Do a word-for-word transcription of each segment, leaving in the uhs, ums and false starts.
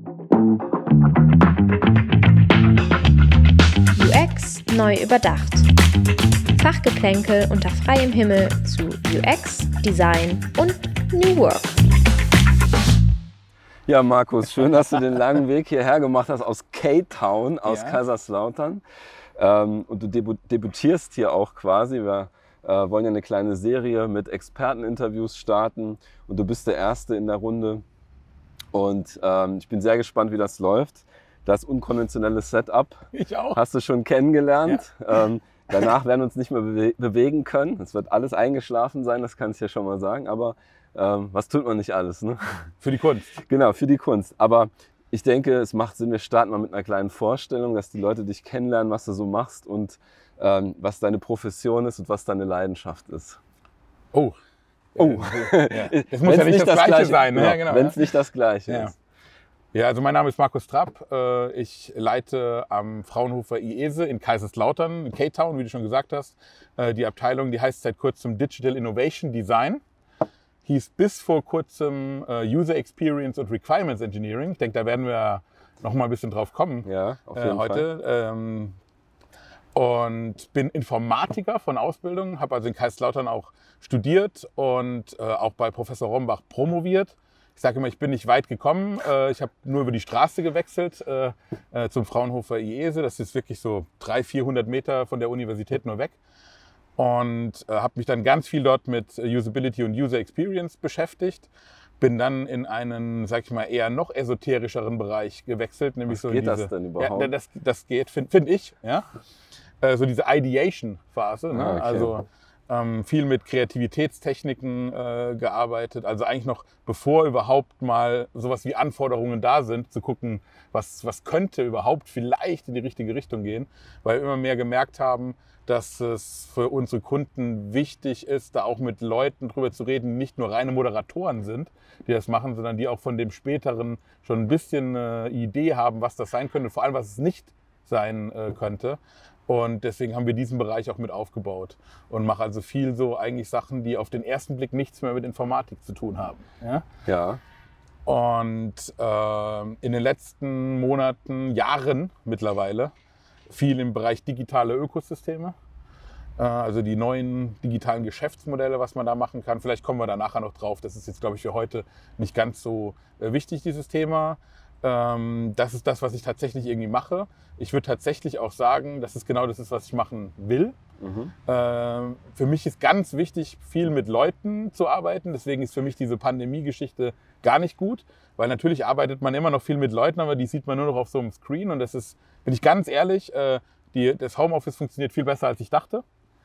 U X neu überdacht. Fachgeplänkel unter freiem Himmel zu U X, Design und New Work. Ja, Markus, schön, dass du den langen Weg hierher gemacht hast aus K-Town, aus Ja. Kaiserslautern. Ähm, und du debu- debütierst hier auch quasi. Wir äh, wollen ja eine kleine Serie mit Experteninterviews starten und du bist der Erste in der Runde. Und ähm, ich bin sehr gespannt, wie das läuft. Das unkonventionelle Setup Ich auch. hast du schon kennengelernt. Ähm, danach werden wir uns nicht mehr bewe- bewegen können. Es wird alles eingeschlafen sein, das kann ich ja schon mal sagen. Aber ähm, was tut man nicht alles, ne? Für die Kunst. Genau, für die Kunst. Aber ich denke, es macht Sinn, wir starten mal mit einer kleinen Vorstellung, dass die Leute dich kennenlernen, was du so machst und ähm, was deine Profession ist und was deine Leidenschaft ist. Oh. Oh, Ja. Das muss ja Wenn's nicht das, Gleiche sein. Ne? Genau, Ja, genau, wenn es ja. nicht das Gleiche Ja. ist. Ja, also mein Name ist Markus Trapp. Äh, Ich leite am Fraunhofer I E S E in Kaiserslautern, in K-Town, wie du schon gesagt hast. Äh, Die Abteilung, die heißt seit kurzem Digital Innovation Design. Hieß bis vor kurzem äh, User Experience und Requirements Engineering. Ich denke, da werden wir noch mal ein bisschen drauf kommen Ja, auf äh, jeden heute. Ähm, und bin Informatiker von Ausbildung, habe also in Kaiserslautern auch studiert und äh, auch bei Professor Rombach promoviert. Ich sage immer, ich bin nicht weit gekommen. Äh, ich habe nur über die Straße gewechselt äh, äh, zum Fraunhofer I E S E. Das ist wirklich so dreihundert, vierhundert Meter von der Universität nur weg. Und äh, habe mich dann ganz viel dort mit Usability und User Experience beschäftigt. Bin dann in einen, sag ich mal, eher noch esoterischeren Bereich gewechselt. Nämlich Was so in geht das diese, denn überhaupt? Ja, das, das geht, finde find ich. Ja? Äh, so diese Ideation-Phase. Ne? Ah, okay. Also ähm, viel mit Kreativitätstechniken äh, gearbeitet. Also eigentlich noch bevor überhaupt mal sowas wie Anforderungen da sind, zu gucken, was, was könnte überhaupt vielleicht in die richtige Richtung gehen. Weil wir immer mehr gemerkt haben, dass es für unsere Kunden wichtig ist, da auch mit Leuten drüber zu reden, die nicht nur reine Moderatoren sind, die das machen, sondern die auch von dem späteren schon ein bisschen eine Idee haben, was das sein könnte, vor allem was es nicht sein äh, könnte. Und deswegen haben wir diesen Bereich auch mit aufgebaut und mache also viel so eigentlich Sachen, die auf den ersten Blick nichts mehr mit Informatik zu tun haben. Ja? Ja, Und äh, in den letzten Monaten, Jahren mittlerweile, viel im Bereich digitale Ökosysteme. Äh, also die neuen digitalen Geschäftsmodelle, was man da machen kann. Vielleicht kommen wir da nachher noch drauf. Das ist jetzt, glaube ich, für heute nicht ganz so äh, wichtig, dieses Thema. Ähm, das ist das, was ich tatsächlich irgendwie mache. Ich würde tatsächlich auch sagen, dass es genau das ist, was ich machen will. mhm. Ähm, für mich ist ganz wichtig, viel mit Leuten zu arbeiten. Deswegen ist für mich diese Pandemie-Geschichte gar nicht gut. Weil natürlich arbeitet man immer noch viel mit Leuten, aber die sieht man nur noch auf so einem Screen. Und das ist, bin ich ganz ehrlich, äh, die, das Homeoffice funktioniert viel besser, als ich dachte.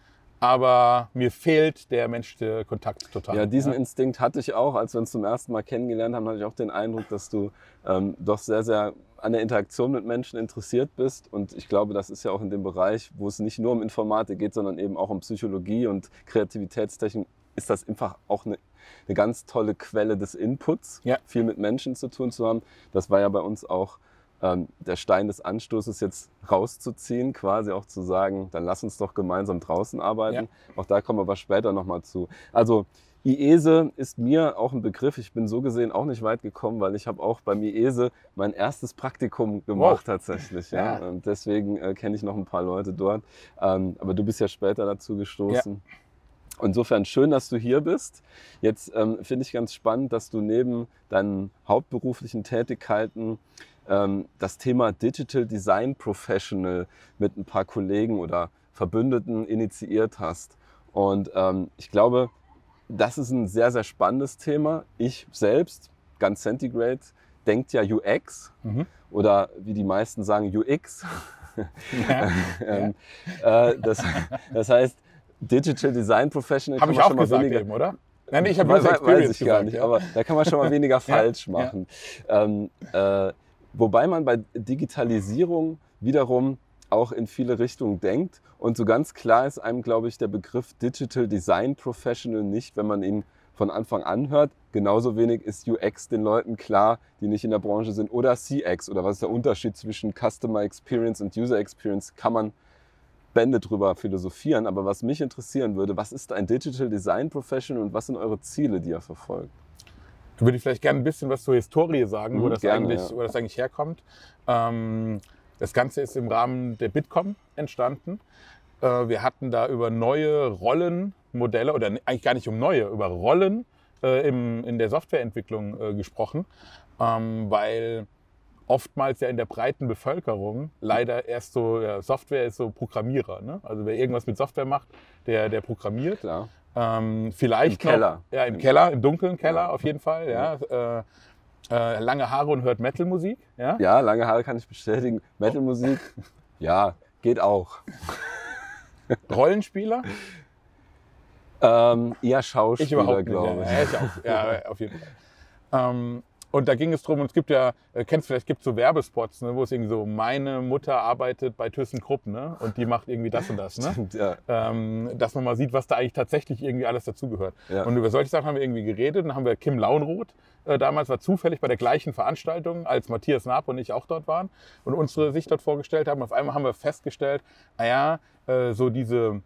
Aber mir fehlt der menschliche Kontakt total. Ja, diesen ja. Instinkt hatte ich auch, als wir uns zum ersten Mal kennengelernt haben, hatte ich auch den Eindruck, dass du ähm, doch sehr, sehr an der Interaktion mit Menschen interessiert bist. Und ich glaube, das ist ja auch in dem Bereich, wo es nicht nur um Informatik geht, sondern eben auch um Psychologie und Kreativitätstechnik, ist das einfach auch eine, eine ganz tolle Quelle des Inputs, Ja. viel mit Menschen zu tun zu haben. Das war ja bei uns auch ähm, der Stein des Anstoßes, jetzt rauszuziehen, quasi auch zu sagen, dann lass uns doch gemeinsam draußen arbeiten. Auch da kommen wir aber später nochmal zu. Also I E S E ist mir auch ein Begriff. Ich bin so gesehen auch nicht weit gekommen, weil ich habe auch beim I E S E mein erstes Praktikum gemacht Wow. tatsächlich. Ja. Ja. Und deswegen äh, kenne ich noch ein paar Leute dort. Ähm, aber du bist ja später dazu gestoßen. Insofern schön, dass du hier bist. Jetzt ähm, finde ich ganz spannend, dass du neben deinen hauptberuflichen Tätigkeiten ähm, das Thema Digital Design Professional mit ein paar Kollegen oder Verbündeten initiiert hast. Und ähm, ich glaube, das ist ein sehr, sehr spannendes Thema. Ich selbst, ganz Centigrade, denkt ja U X Mhm. oder wie die meisten sagen U X. Ja. ähm, äh, das, das heißt, Digital Design Professional Habe kann ich man auch schon mal gesagt weniger, eben, oder? Nein, ich habe Weiß- User weiß Experience ich gar gesagt, nicht, ja. aber da kann man schon mal weniger falsch ja. machen. Ähm, äh, wobei man bei Digitalisierung wiederum auch in viele Richtungen denkt. Und so ganz klar ist einem, glaube ich, der Begriff Digital Design Professional nicht, wenn man ihn von Anfang an hört. Genauso wenig ist U X den Leuten klar, die nicht in der Branche sind. Oder C X oder was ist der Unterschied zwischen Customer Experience und User Experience, kann man Bände drüber philosophieren. Aber was mich interessieren würde, was ist ein Digital Design Professional und was sind eure Ziele, die ihr verfolgt? würde ich vielleicht gerne ein bisschen was zur Historie sagen, mhm, wo, das gerne, eigentlich, ja. wo das eigentlich herkommt. Ähm, das Ganze ist im Rahmen der Bitkom entstanden. Äh, wir hatten da über neue Rollenmodelle, oder eigentlich gar nicht um neue, über Rollen äh, im, in der Softwareentwicklung äh, gesprochen, ähm, weil oftmals ja in der breiten Bevölkerung leider erst so, ja, Software ist so Programmierer. Ne? Also wer irgendwas mit Software macht, der, der programmiert. Klar. Ähm, vielleicht Im noch, Keller. Ja, im Keller, im dunklen Keller ja. auf jeden Fall. Ja. Äh, äh, lange Haare und hört Metal-Musik. Ja? ja, lange Haare kann ich bestätigen. Metal-Musik, ja, geht auch. Rollenspieler? Ähm, eher Schauspieler, ich überhaupt glaube nicht. ich. Ja, ich auch. Ja, auf jeden Fall. Ähm, Und da ging es drum, und es gibt ja, äh, kennst du vielleicht, gibt so Werbespots, ne, wo es irgendwie so, meine Mutter arbeitet bei ThyssenKrupp, ne, und die macht irgendwie das und das, ne? Stimmt, ja. ähm, dass man mal sieht, was da eigentlich tatsächlich irgendwie alles dazugehört. Ja. Und über solche Sachen haben wir irgendwie geredet. Dann haben wir Kim Launroth, äh, damals war zufällig bei der gleichen Veranstaltung, als Matthias Naab und ich auch dort waren und unsere Sicht dort vorgestellt haben. Auf einmal haben wir festgestellt, naja, äh, so diese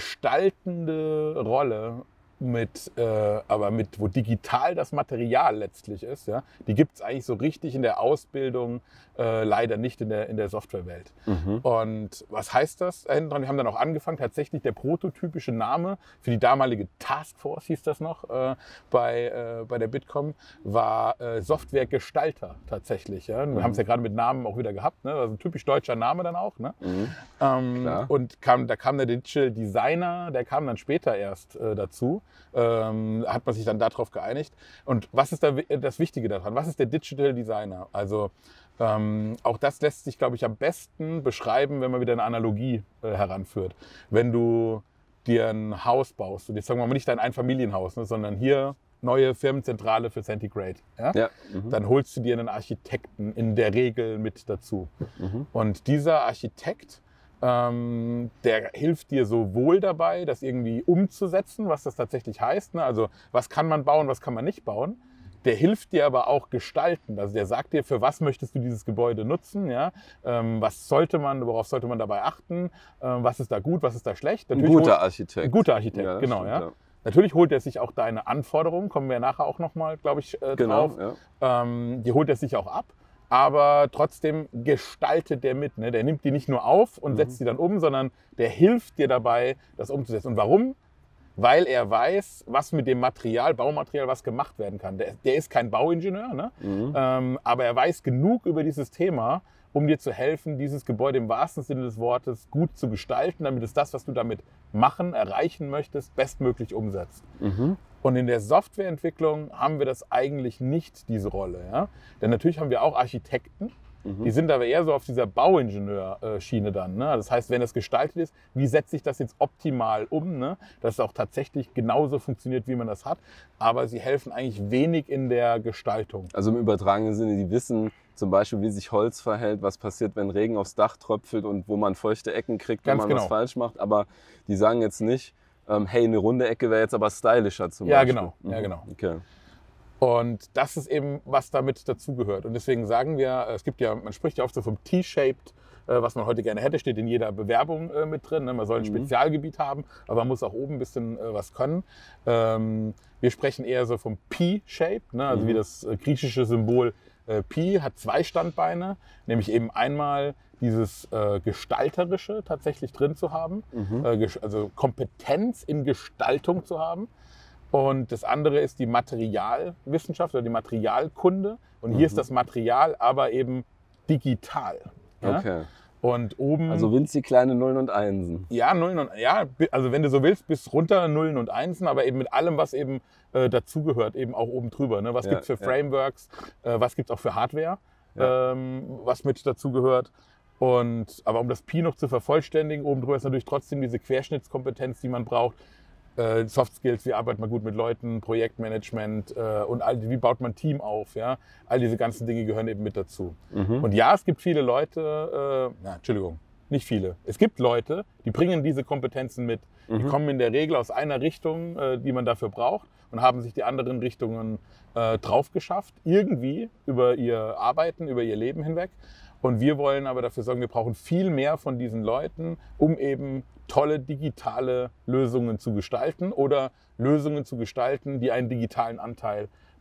gestaltende Rolle, mit, äh, aber mit, wo digital das Material letztlich ist, ja, die gibt es eigentlich so richtig in der Ausbildung, äh, leider nicht in der, in der Softwarewelt. Mhm. Und was heißt das? Wir haben dann auch angefangen, tatsächlich der prototypische Name für die damalige Taskforce, hieß das noch, äh, bei, äh, bei der Bitkom, war äh, Softwaregestalter tatsächlich. Ja. Wir Mhm. haben es ja gerade mit Namen auch wieder gehabt, ne? Also ein typisch deutscher Name dann auch. Ne? Mhm. Ähm, und kam, da kam der Digital Designer, der kam dann später erst äh, dazu. Ähm, hat man sich dann darauf geeinigt. Und was ist da das Wichtige daran? Was ist der Digital Designer? Also ähm, auch das lässt sich, glaube ich, am besten beschreiben, wenn man wieder eine Analogie äh, heranführt. Wenn du dir ein Haus baust, und jetzt sagen wir mal nicht dein Einfamilienhaus, ne, sondern hier neue Firmenzentrale für Centigrade, ja? Ja. Mhm. Dann holst du dir einen Architekten in der Regel mit dazu. Mhm. Und dieser Architekt, Ähm, der hilft dir sowohl dabei, das irgendwie umzusetzen, was das tatsächlich heißt. Ne? Also was kann man bauen, was kann man nicht bauen. Der hilft dir aber auch gestalten. Also der sagt dir, für was möchtest du dieses Gebäude nutzen. Ja? Ähm, was sollte man, worauf sollte man dabei achten. Ähm, was ist da gut, was ist da schlecht. Ein Natürlich guter holt, Architekt. Ein guter Architekt, ja, genau. stimmt, ja. ja. Natürlich holt er sich auch deine Anforderungen, kommen wir nachher auch nochmal, glaube ich, äh, Genau, drauf. ja. Ähm, die holt er sich auch ab. Aber trotzdem gestaltet der mit. Ne? Der nimmt die nicht nur auf und Mhm. setzt die dann um, sondern der hilft dir dabei, das umzusetzen. Und warum? Weil er weiß, was mit dem Material, Baumaterial, was gemacht werden kann. Der, der ist kein Bauingenieur, ne? Mhm. ähm, aber er weiß genug über dieses Thema, um dir zu helfen, dieses Gebäude im wahrsten Sinne des Wortes gut zu gestalten, damit es das, was du damit machen, erreichen möchtest, bestmöglich umsetzt. Mhm. Und in der Softwareentwicklung haben wir das eigentlich nicht, diese Rolle. Ja? Denn natürlich haben wir auch Architekten, Mhm. die sind aber eher so auf dieser Bauingenieur-Schiene dann. Ne? Das heißt, wenn es gestaltet ist, wie setze ich das jetzt optimal um, ne? Dass es auch tatsächlich genauso funktioniert, wie man das hat. Aber sie helfen eigentlich wenig in der Gestaltung. Also im übertragenen Sinne, die wissen zum Beispiel, wie sich Holz verhält, was passiert, wenn Regen aufs Dach tröpfelt und wo man feuchte Ecken kriegt, wenn Ganz man genau. was falsch macht. Aber die sagen jetzt nicht, ähm, hey, eine runde Ecke wäre jetzt aber stylischer zum Ja, Beispiel. genau. Mhm. Ja, genau. Okay. Und das ist eben, was damit dazugehört. Und deswegen sagen wir, es gibt ja, man spricht ja oft so vom T-shaped, äh, was man heute gerne hätte, steht in jeder Bewerbung äh, mit drin. Ne? Man soll ein Mhm. Spezialgebiet haben, aber man muss auch oben ein bisschen äh, was können. Ähm, wir sprechen eher so vom P-shaped, ne? Also Mhm. wie das äh, griechische Symbol äh, Pi hat zwei Standbeine, nämlich eben einmal dieses äh, Gestalterische tatsächlich drin zu haben, Mhm. äh, ges- also Kompetenz in Gestaltung zu haben. Und das andere ist die Materialwissenschaft oder die Materialkunde. Und hier Mhm. ist das Material aber eben digital. Ja? Okay. Und oben, Also winzig kleine Nullen und Einsen. ja, Nullen und, ja, bi- also wenn du so willst, bis runter Nullen und Einsen, aber eben mit allem, was eben äh, dazugehört, eben auch oben drüber. Ne? Was Ja, gibt es für ja. Frameworks, äh, was gibt es auch für Hardware, Ja. ähm, was mit dazugehört. Und, aber um das Pi noch zu vervollständigen, oben drüber ist natürlich trotzdem diese Querschnittskompetenz, die man braucht. Äh, Soft Skills, wie arbeitet man gut mit Leuten, Projektmanagement äh, und all, wie baut man ein Team auf. Ja? All diese ganzen Dinge gehören eben mit dazu. Mhm. Und ja, es gibt viele Leute, äh, ja, Entschuldigung, nicht viele. Es gibt Leute, die bringen diese Kompetenzen mit. Die Mhm. kommen in der Regel aus einer Richtung, äh, die man dafür braucht und haben sich die anderen Richtungen äh, drauf geschafft, irgendwie über ihr Arbeiten, über ihr Leben hinweg. Und wir wollen aber dafür sorgen, wir brauchen viel mehr von diesen Leuten, um eben tolle digitale Lösungen zu gestalten oder Lösungen zu gestalten, die einen digitalen Anteil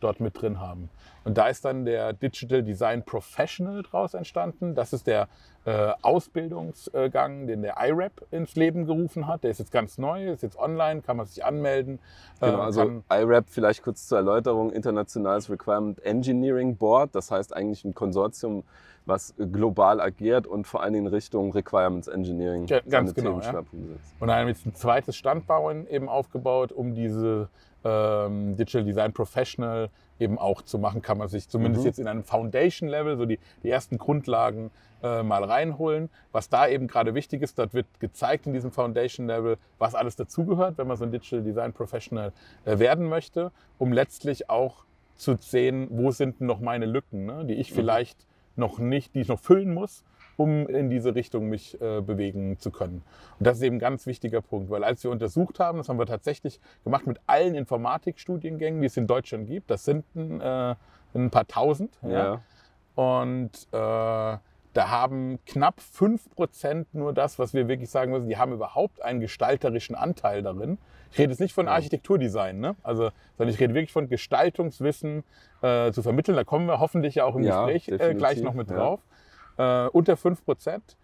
dort mit drin haben. Und da ist dann der Digital Design Professional draus entstanden. Das ist der äh, Ausbildungsgang, den der I R A P ins Leben gerufen hat. Der ist jetzt ganz neu, ist jetzt online, kann man sich anmelden. Genau, also I R A P, vielleicht kurz zur Erläuterung, Internationales Requirement Engineering Board. Das heißt eigentlich ein Konsortium, was global agiert und vor allen Dingen Richtung Requirements Engineering ja, ganz genau, ja. Und dann haben wir jetzt ein zweites Standbein eben aufgebaut, um diese ähm, Digital Design Professional eben auch zu machen, kann man sich zumindest mhm. jetzt in einem Foundation-Level, so die, die ersten Grundlagen äh, mal reinholen. Was da eben gerade wichtig ist, dort wird gezeigt in diesem Foundation-Level, was alles dazugehört, wenn man so ein Digital Design Professional äh, werden möchte, um letztlich auch zu sehen, wo sind noch meine Lücken, ne, die ich mhm. vielleicht noch nicht, die ich noch füllen muss, um in diese Richtung mich äh, bewegen zu können. Und das ist eben ein ganz wichtiger Punkt, weil als wir untersucht haben, das haben wir tatsächlich gemacht mit allen Informatikstudiengängen, die es in Deutschland gibt, das sind äh, ein paar tausend. Ja. Ja. Und äh, da haben knapp fünf Prozent nur das, was wir wirklich sagen müssen, die haben überhaupt einen gestalterischen Anteil darin. Ich rede jetzt nicht von Architekturdesign, ne? Also, sondern ich rede wirklich von Gestaltungswissen äh, zu vermitteln. Da kommen wir hoffentlich ja auch im ja, Gespräch äh, gleich noch mit drauf. Ja. Äh, unter fünf Prozent.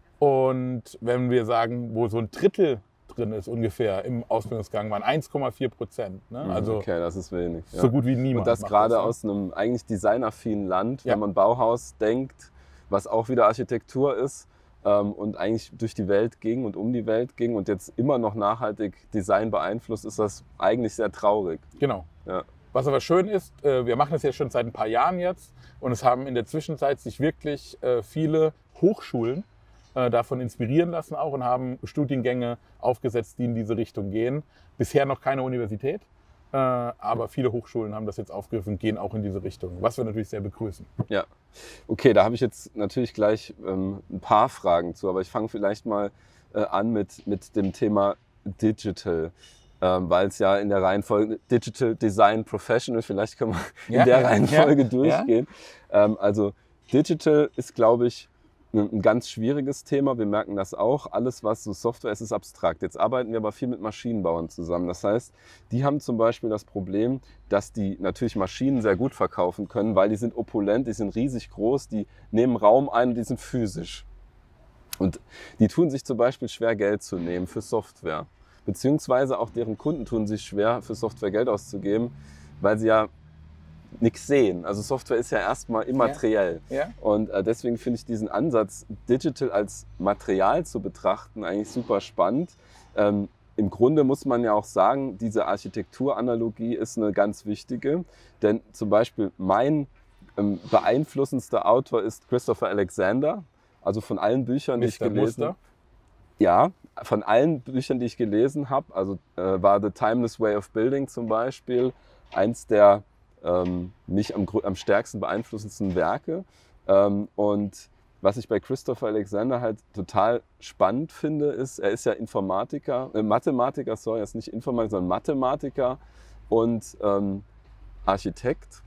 Und wenn wir sagen, wo so ein Drittel drin ist ungefähr im Ausbildungsgang, waren eins Komma vier Prozent. Ne? Also okay, das ist wenig. Ja. So gut wie niemand. Und das gerade das, aus einem eigentlich designaffinen Land, ja. wenn man Bauhaus denkt, was auch wieder Architektur ist ähm, und eigentlich durch die Welt ging und um die Welt ging und jetzt immer noch nachhaltig Design beeinflusst, ist das eigentlich sehr traurig. Genau. Ja. Was aber schön ist, äh, wir machen das ja schon seit ein paar Jahren jetzt und es haben in der Zwischenzeit sich wirklich äh, viele Hochschulen äh, davon inspirieren lassen auch und haben Studiengänge aufgesetzt, die in diese Richtung gehen. Bisher noch keine Universität. Äh, aber viele Hochschulen haben das jetzt aufgegriffen und gehen auch in diese Richtung, was wir natürlich sehr begrüßen. Ja, okay, da habe ich jetzt natürlich gleich ähm, ein paar Fragen zu, aber ich fange vielleicht mal äh, an mit, mit dem Thema Digital, ähm, weil es ja in der Reihenfolge Digital Design Professional, vielleicht können wir ja, in der Reihenfolge ja, durchgehen. Ja. Ähm, also Digital ist, glaube ich, ein ganz schwieriges Thema. Wir merken das auch. Alles, was so Software ist, ist abstrakt. Jetzt arbeiten wir aber viel mit Maschinenbauern zusammen. Das heißt, die haben zum Beispiel das Problem, dass die natürlich Maschinen sehr gut verkaufen können, weil die sind opulent, die sind riesig groß, die nehmen Raum ein und die sind physisch. Und die tun sich zum Beispiel schwer, Geld zu nehmen für Software. Beziehungsweise auch deren Kunden tun sich schwer, für Software Geld auszugeben, weil sie ja nichts sehen. Also Software ist ja erstmal immateriell. Ja. Ja. Und äh, deswegen finde ich diesen Ansatz, Digital als Material zu betrachten, eigentlich super spannend. Ähm, Im Grunde muss man ja auch sagen, diese Architekturanalogie ist eine ganz wichtige. Denn zum Beispiel mein ähm, beeinflussendster Autor ist Christopher Alexander. Also von allen Büchern, die ich gelesen habe. Ja, von allen Büchern, die ich gelesen habe, also äh, war The Timeless Way of Building zum Beispiel eins der ähm, mich am, am stärksten beeinflussendsten Werke. Ähm, und was ich bei Christopher Alexander halt total spannend finde, ist, er ist ja Informatiker, äh, Mathematiker, sorry, er ist nicht Informatiker, sondern Mathematiker und ähm, Architekt.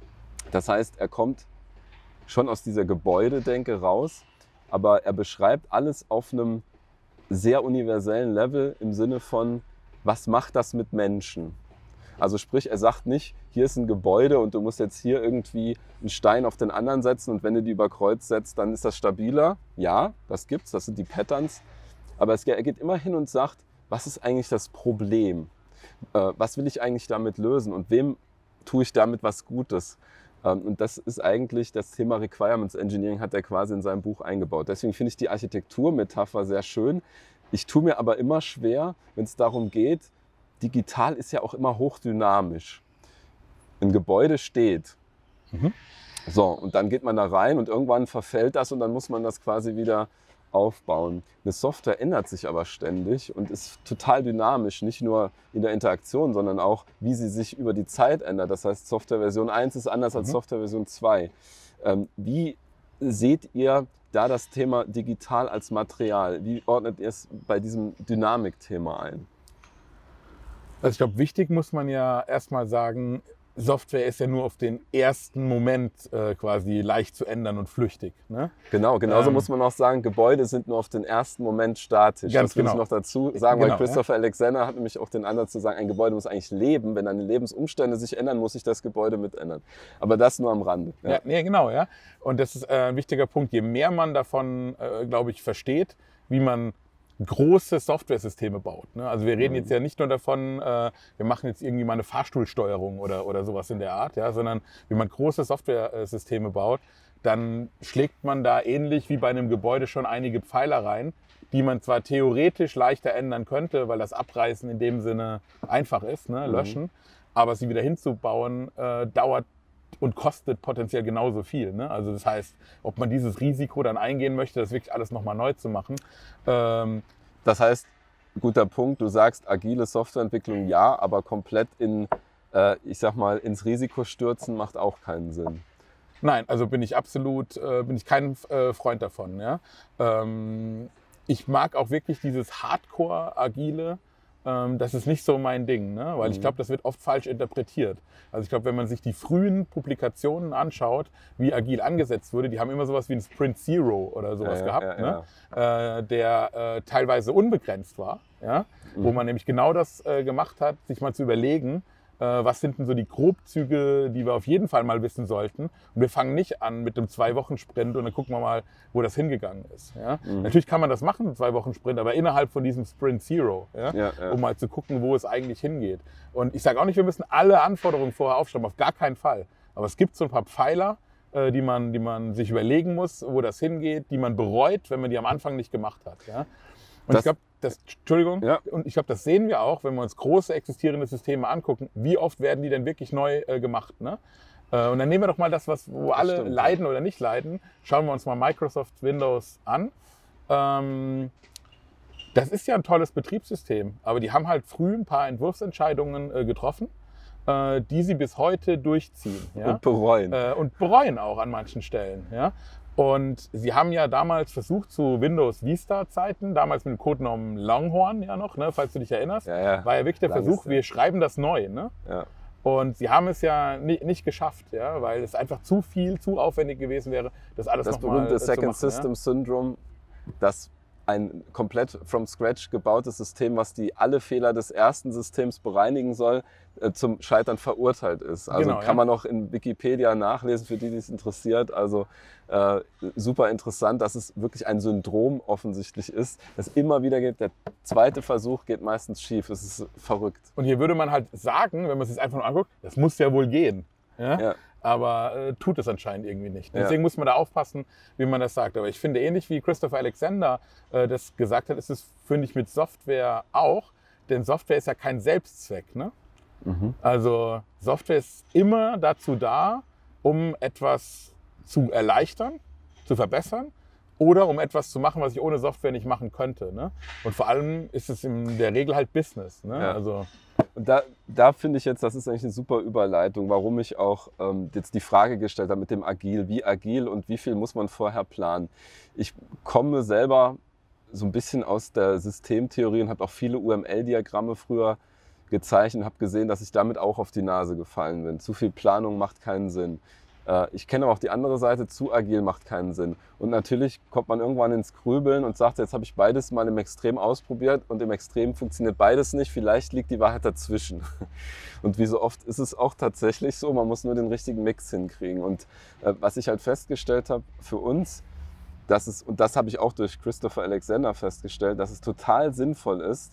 Das heißt, er kommt schon aus dieser Gebäudedenke raus, aber er beschreibt alles auf einem sehr universellen Level im Sinne von, was macht das mit Menschen? Also sprich, er sagt nicht, hier ist ein Gebäude und du musst jetzt hier irgendwie einen Stein auf den anderen setzen und wenn du die über Kreuz setzt, dann ist das stabiler. Ja, das gibt's, das sind die Patterns. Aber es, er geht immer hin und sagt, was ist eigentlich das Problem? Äh, was will ich eigentlich damit lösen und wem tue ich damit was Gutes? Ähm, und das ist eigentlich das Thema Requirements Engineering, hat er quasi in seinem Buch eingebaut. Deswegen finde ich die Architekturmetapher sehr schön. Ich tue mir aber immer schwer, wenn es darum geht, digital ist ja auch immer hochdynamisch. Ein Gebäude steht. Mhm. So, und dann geht man da rein und irgendwann verfällt das und dann muss man das quasi wieder aufbauen. Eine Software ändert sich aber ständig und ist total dynamisch, nicht nur in der Interaktion, sondern auch, wie sie sich über die Zeit ändert. Das heißt, Softwareversion eins ist anders als mhm. Softwareversion zwei. Ähm, wie seht ihr da das Thema digital als Material? Wie ordnet ihr es bei diesem Dynamikthema ein? Also ich glaube, wichtig muss man ja erstmal sagen, Software ist ja nur auf den ersten Moment äh, quasi leicht zu ändern und flüchtig. Ne? Genau, genauso ähm, muss man auch sagen, Gebäude sind nur auf den ersten Moment statisch. Ganz das will genau. ich noch dazu sagen, Genau, weil Christopher ja. Alexander hat nämlich auch den Ansatz zu sagen, ein Gebäude muss eigentlich leben. Wenn deine Lebensumstände sich ändern, muss sich das Gebäude mit ändern. Aber das nur am Rande. Ja, ja nee, genau. Ja. Und das ist äh, ein wichtiger Punkt. Je mehr man davon, äh, glaube ich, versteht, wie man große Software-Systeme baut. Ne? Also wir reden jetzt ja nicht nur davon, äh, wir machen jetzt irgendwie mal eine Fahrstuhlsteuerung oder, oder sowas in der Art, ja, sondern wie man große Software-Systeme baut, dann schlägt man da ähnlich wie bei einem Gebäude schon einige Pfeiler rein, die man zwar theoretisch leichter ändern könnte, weil das Abreißen in dem Sinne einfach ist, ne? Löschen, mhm. aber sie wieder hinzubauen, äh, dauert und kostet potenziell genauso viel. Ne? Also das heißt, ob man dieses Risiko dann eingehen möchte, das wirklich alles nochmal neu zu machen. Ähm, das heißt, guter Punkt, du sagst, agile Softwareentwicklung ja, aber komplett in, äh, ich sag mal, ins Risiko stürzen macht auch keinen Sinn. Nein, also bin ich absolut, äh, bin ich kein äh, Freund davon. Ja? Ähm, ich mag auch wirklich dieses Hardcore-Agile. Das ist nicht so mein Ding, ne? Weil mhm. ich glaube, das wird oft falsch interpretiert. Also ich glaube, wenn man sich die frühen Publikationen anschaut, wie agil angesetzt wurde, die haben immer sowas wie ein Sprint Zero oder sowas ja, gehabt, ja, ne? ja. Äh, der äh, teilweise unbegrenzt war, ja? Mhm. Wo man nämlich genau das äh, gemacht hat, sich mal zu überlegen, äh, was sind denn so die Grobzüge, die wir auf jeden Fall mal wissen sollten. Und wir fangen nicht an mit einem Zwei-Wochen-Sprint und dann gucken wir mal, wo das hingegangen ist. Ja? Mhm. Natürlich kann man das machen, einen Zwei-Wochen-Sprint, aber innerhalb von diesem Sprint Zero, ja? Ja, ja. um mal zu gucken, wo es eigentlich hingeht. Und ich sage auch nicht, wir müssen alle Anforderungen vorher aufschreiben, auf gar keinen Fall. Aber es gibt so ein paar Pfeiler, äh, die man, die man sich überlegen muss, wo das hingeht, die man bereut, wenn man die am Anfang nicht gemacht hat. Ja? Und das, ich glaube, das, Entschuldigung, ja. und ich glaube, das sehen wir auch, wenn wir uns große existierende Systeme angucken, wie oft werden die denn wirklich neu äh, gemacht. Ne? Äh, und dann nehmen wir doch mal das, was, wo das alle stimmt, leiden ja. oder nicht leiden. Schauen wir uns mal Microsoft Windows an. Ähm, das ist ja ein tolles Betriebssystem, aber die haben halt früh ein paar Entwurfsentscheidungen äh, getroffen, äh, die sie bis heute durchziehen. Ja? Und bereuen. Äh, und bereuen auch an manchen Stellen. Ja? Und sie haben ja damals versucht, zu Windows Vista-Zeiten, damals mit dem Codenamen Longhorn ja noch, ne, falls du dich erinnerst, ja, ja. war ja wirklich der Versuch, wir schreiben das neu. Ne? Ja. Und sie haben es ja nicht, nicht geschafft, ja, weil es einfach zu viel, zu aufwendig gewesen wäre, das alles das nochmal berühmte zu Second machen, System ja? Syndrome, das ein komplett from scratch gebautes System, was die alle Fehler des ersten Systems bereinigen soll, äh, zum Scheitern verurteilt ist. Also Genau, kann ja. man auch in Wikipedia nachlesen, für die, die es interessiert. Also äh, super interessant, dass es wirklich ein Syndrom offensichtlich ist, das immer wieder geht. Der zweite Versuch geht meistens schief. Es ist verrückt. Und hier würde man halt sagen, wenn man es sich einfach nur anguckt, das muss ja wohl gehen. Ja? Ja. Aber äh, tut es anscheinend irgendwie nicht. Ja. Deswegen muss man da aufpassen, wie man das sagt. Aber ich finde, ähnlich wie Christopher Alexander äh, das gesagt hat, ist es, finde ich, mit Software auch. Denn Software ist ja kein Selbstzweck. Ne? Mhm. Also Software ist immer dazu da, um etwas zu erleichtern, zu verbessern oder um etwas zu machen, was ich ohne Software nicht machen könnte. Ne? Und vor allem ist es in der Regel halt Business. Ne? Ja. Also, Und da, da finde ich jetzt, das ist eigentlich eine super Überleitung, warum ich auch ähm, jetzt die Frage gestellt habe mit dem Agil. Wie agil und wie viel muss man vorher planen? Ich komme selber so ein bisschen aus der Systemtheorie und habe auch viele U M L-Diagramme früher gezeichnet und habe gesehen, dass ich damit auch auf die Nase gefallen bin. Zu viel Planung macht keinen Sinn. Äh, ich kenne aber auch die andere Seite, zu agil macht keinen Sinn. Und natürlich kommt man irgendwann ins Grübeln und sagt, jetzt habe ich beides mal im Extrem ausprobiert und im Extrem funktioniert beides nicht. Vielleicht liegt die Wahrheit dazwischen. Und wie so oft ist es auch tatsächlich so, man muss nur den richtigen Mix hinkriegen. Und äh, was ich halt festgestellt habe für uns, dass es, und das habe ich auch durch Christopher Alexander festgestellt, dass es total sinnvoll ist,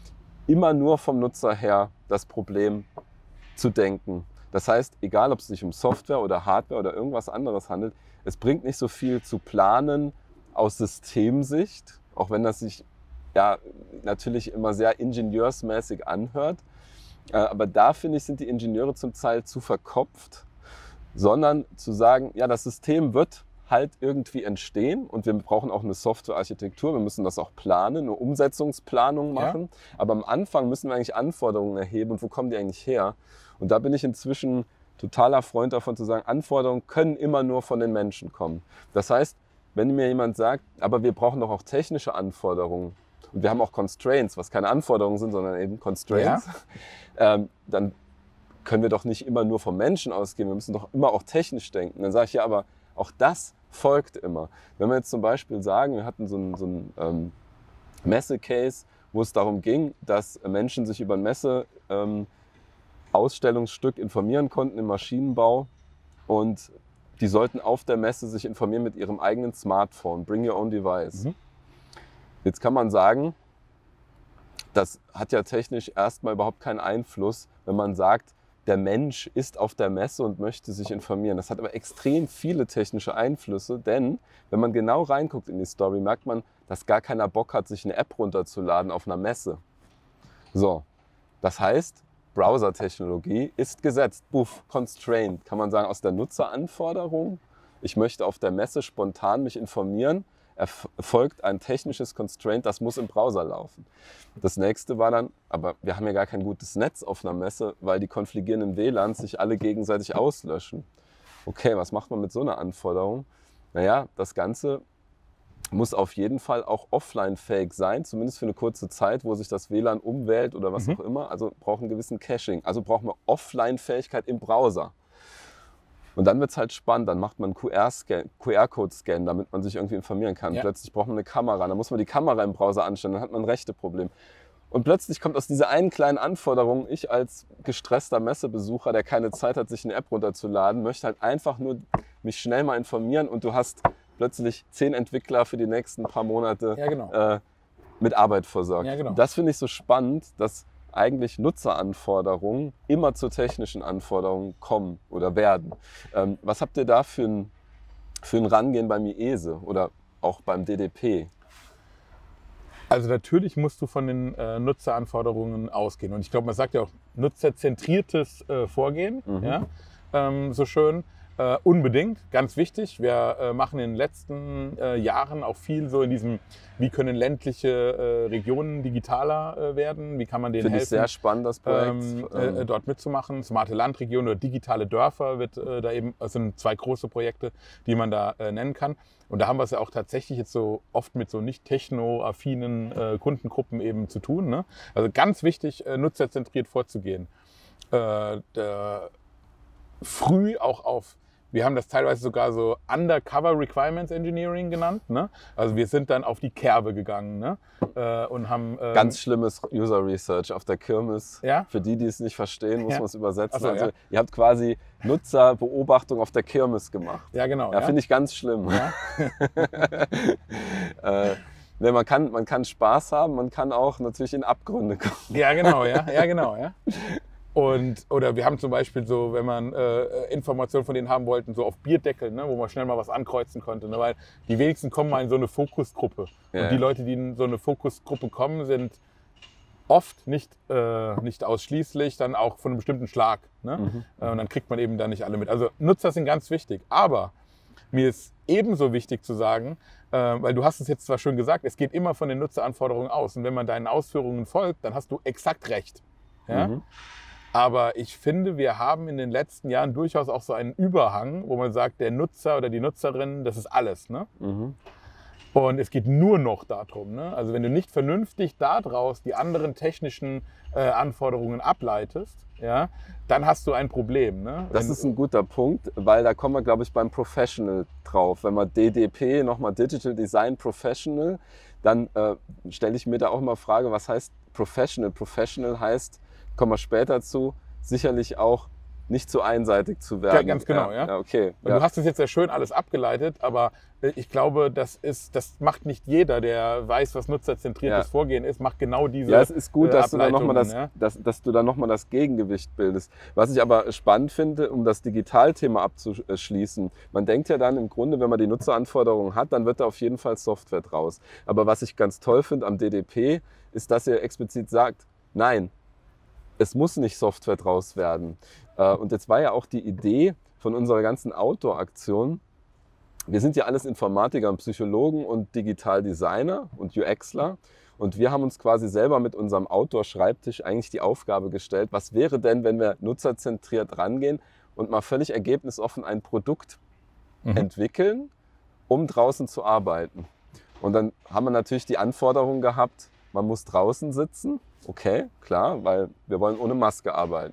immer nur vom Nutzer her das Problem zu denken. Das heißt, egal ob es sich um Software oder Hardware oder irgendwas anderes handelt, es bringt nicht so viel zu planen aus Systemsicht, auch wenn das sich ja natürlich immer sehr ingenieursmäßig anhört. Aber da, finde ich, sind die Ingenieure zum Teil zu verkopft, sondern zu sagen, ja, das System wird halt irgendwie entstehen und wir brauchen auch eine Softwarearchitektur, wir müssen das auch planen, eine Umsetzungsplanung machen, ja. Aber am Anfang müssen wir eigentlich Anforderungen erheben und wo kommen die eigentlich her? Und da bin ich inzwischen totaler Freund davon zu sagen, Anforderungen können immer nur von den Menschen kommen. Das heißt, wenn mir jemand sagt, aber wir brauchen doch auch technische Anforderungen und wir haben auch Constraints, was keine Anforderungen sind, sondern eben Constraints, ja. ähm, dann können wir doch nicht immer nur vom Menschen ausgehen, wir müssen doch immer auch technisch denken. Dann sage ich, ja, aber auch das folgt immer. Wenn wir jetzt zum Beispiel sagen, wir hatten so einen, so einen ähm, Messe-Case, wo es darum ging, dass Menschen sich über ein Messe-Ausstellungsstück ähm, informieren konnten im Maschinenbau und die sollten auf der Messe sich informieren mit ihrem eigenen Smartphone, bring your own device. Mhm. Jetzt kann man sagen, das hat ja technisch erstmal überhaupt keinen Einfluss, wenn man sagt, der Mensch ist auf der Messe und möchte sich informieren. Das hat aber extrem viele technische Einflüsse, denn wenn man genau reinguckt in die Story, merkt man, dass gar keiner Bock hat, sich eine App runterzuladen auf einer Messe. So, das heißt, Browser-Technologie ist gesetzt, buff, constrained, kann man sagen, aus der Nutzeranforderung. Ich möchte auf der Messe spontan mich informieren, erfolgt ein technisches Constraint, das muss im Browser laufen. Das nächste war dann, aber wir haben ja gar kein gutes Netz auf einer Messe, weil die konfligierenden W L A Ns sich alle gegenseitig auslöschen. Okay, was macht man mit so einer Anforderung? Naja, das Ganze muss auf jeden Fall auch offline-fähig sein, zumindest für eine kurze Zeit, wo sich das W L A N umwählt oder was mhm. auch immer. Also braucht einen gewissen Caching. Also brauchen wir Offline-Fähigkeit im Browser. Und dann wird es halt spannend, dann macht man einen Q R-Code-Scan, damit man sich irgendwie informieren kann. Ja. Plötzlich braucht man eine Kamera, dann muss man die Kamera im Browser anstellen, dann hat man ein Rechteproblem. Und plötzlich kommt aus dieser einen kleinen Anforderung, ich als gestresster Messebesucher, der keine Zeit hat, sich eine App runterzuladen, möchte halt einfach nur mich schnell mal informieren und du hast plötzlich zehn Entwickler für die nächsten paar Monate ja, genau. äh, mit Arbeit versorgt. Ja, genau. Das finde ich so spannend, dass eigentlich Nutzeranforderungen immer zu technischen Anforderungen kommen oder werden. Ähm, was habt ihr da für ein, für ein Rangehen beim I E S E oder auch beim D D P? Also natürlich musst du von den äh, Nutzeranforderungen ausgehen. Und ich glaube, man sagt ja auch nutzerzentriertes äh, Vorgehen, mhm. ja, ähm, so schön. Äh, unbedingt, ganz wichtig. Wir äh, machen in den letzten äh, Jahren auch viel so in diesem, wie können ländliche äh, Regionen digitaler äh, werden, wie kann man denen Finde helfen. Finde ich sehr spannend, das Projekt. Ähm, äh, dort mitzumachen. Smarte Landregionen oder digitale Dörfer wird äh, da eben, das sind zwei große Projekte, die man da äh, nennen kann. Und da haben wir es ja auch tatsächlich jetzt so oft mit so nicht techno-affinen äh, Kundengruppen eben zu tun. Ne? Also ganz wichtig, äh, nutzerzentriert vorzugehen. Äh, der, früh auch auf Wir haben das teilweise sogar so Undercover Requirements Engineering genannt. Ne? Also wir sind dann auf die Kerbe gegangen, ne? äh, und haben... Ähm, Ganz schlimmes User Research auf der Kirmes. Ja? Für die, die es nicht verstehen, muss ja. man es übersetzen. So, also ja. ihr habt quasi Nutzerbeobachtung auf der Kirmes gemacht. Ja, genau. Ja, ja. finde ich ganz schlimm. Ja? äh, ne, man kann, man kann Spaß haben, man kann auch natürlich in Abgründe kommen. Ja, genau, ja, ja, genau, ja. Und, oder wir haben zum Beispiel so, wenn man äh, Informationen von denen haben wollten, so auf Bierdeckeln, ne, wo man schnell mal was ankreuzen konnte. Ne, weil die wenigsten kommen mal in so eine Fokusgruppe. Ja. Und die Leute, die in so eine Fokusgruppe kommen, sind oft, nicht, äh, nicht ausschließlich, dann auch von einem bestimmten Schlag. Ne? Mhm. Äh, und dann kriegt man eben da nicht alle mit. Also Nutzer sind ganz wichtig. Aber mir ist ebenso wichtig zu sagen, äh, weil du hast es jetzt zwar schon gesagt, es geht immer von den Nutzeranforderungen aus. Und wenn man deinen Ausführungen folgt, dann hast du exakt recht. Ja? Mhm. Aber ich finde, wir haben in den letzten Jahren durchaus auch so einen Überhang, wo man sagt, der Nutzer oder die Nutzerin, das ist alles. Ne? Mhm. Und es geht nur noch darum. Ne? Also wenn du nicht vernünftig daraus die anderen technischen äh, Anforderungen ableitest, ja, dann hast du ein Problem. Ne? Das wenn, ist ein guter Punkt, weil da kommen wir, glaube ich, beim Professional drauf. Wenn wir D D P, nochmal Digital Design Professional, dann äh, stelle ich mir da auch mal Frage, was heißt Professional? Professional heißt, kommen wir später zu, sicherlich auch nicht zu einseitig zu werden. Ja, ganz genau, ja. ja. ja okay. Und ja. du hast es jetzt sehr schön alles abgeleitet, aber ich glaube, das ist, das macht nicht jeder, der weiß, was nutzerzentriertes ja. Vorgehen ist, macht genau diese Ja, es ist gut, dass du, da noch mal das, ja? dass, dass du da nochmal das Gegengewicht bildest. Was ich aber spannend finde, um das Digitalthema abzuschließen, man denkt ja dann im Grunde, wenn man die Nutzeranforderungen hat, dann wird da auf jeden Fall Software draus. Aber was ich ganz toll finde am D D P, ist, dass ihr explizit sagt, nein, es muss nicht Software draus werden. Und jetzt war ja auch die Idee von unserer ganzen Outdoor-Aktion, wir sind ja alles Informatiker und Psychologen und Digitaldesigner und UXler und wir haben uns quasi selber mit unserem Outdoor-Schreibtisch eigentlich die Aufgabe gestellt, was wäre denn, wenn wir nutzerzentriert rangehen und mal völlig ergebnisoffen ein Produkt mhm. entwickeln, um draußen zu arbeiten. Und dann haben wir natürlich die Anforderung gehabt, man muss draußen sitzen. Okay, klar, weil wir wollen ohne Maske arbeiten.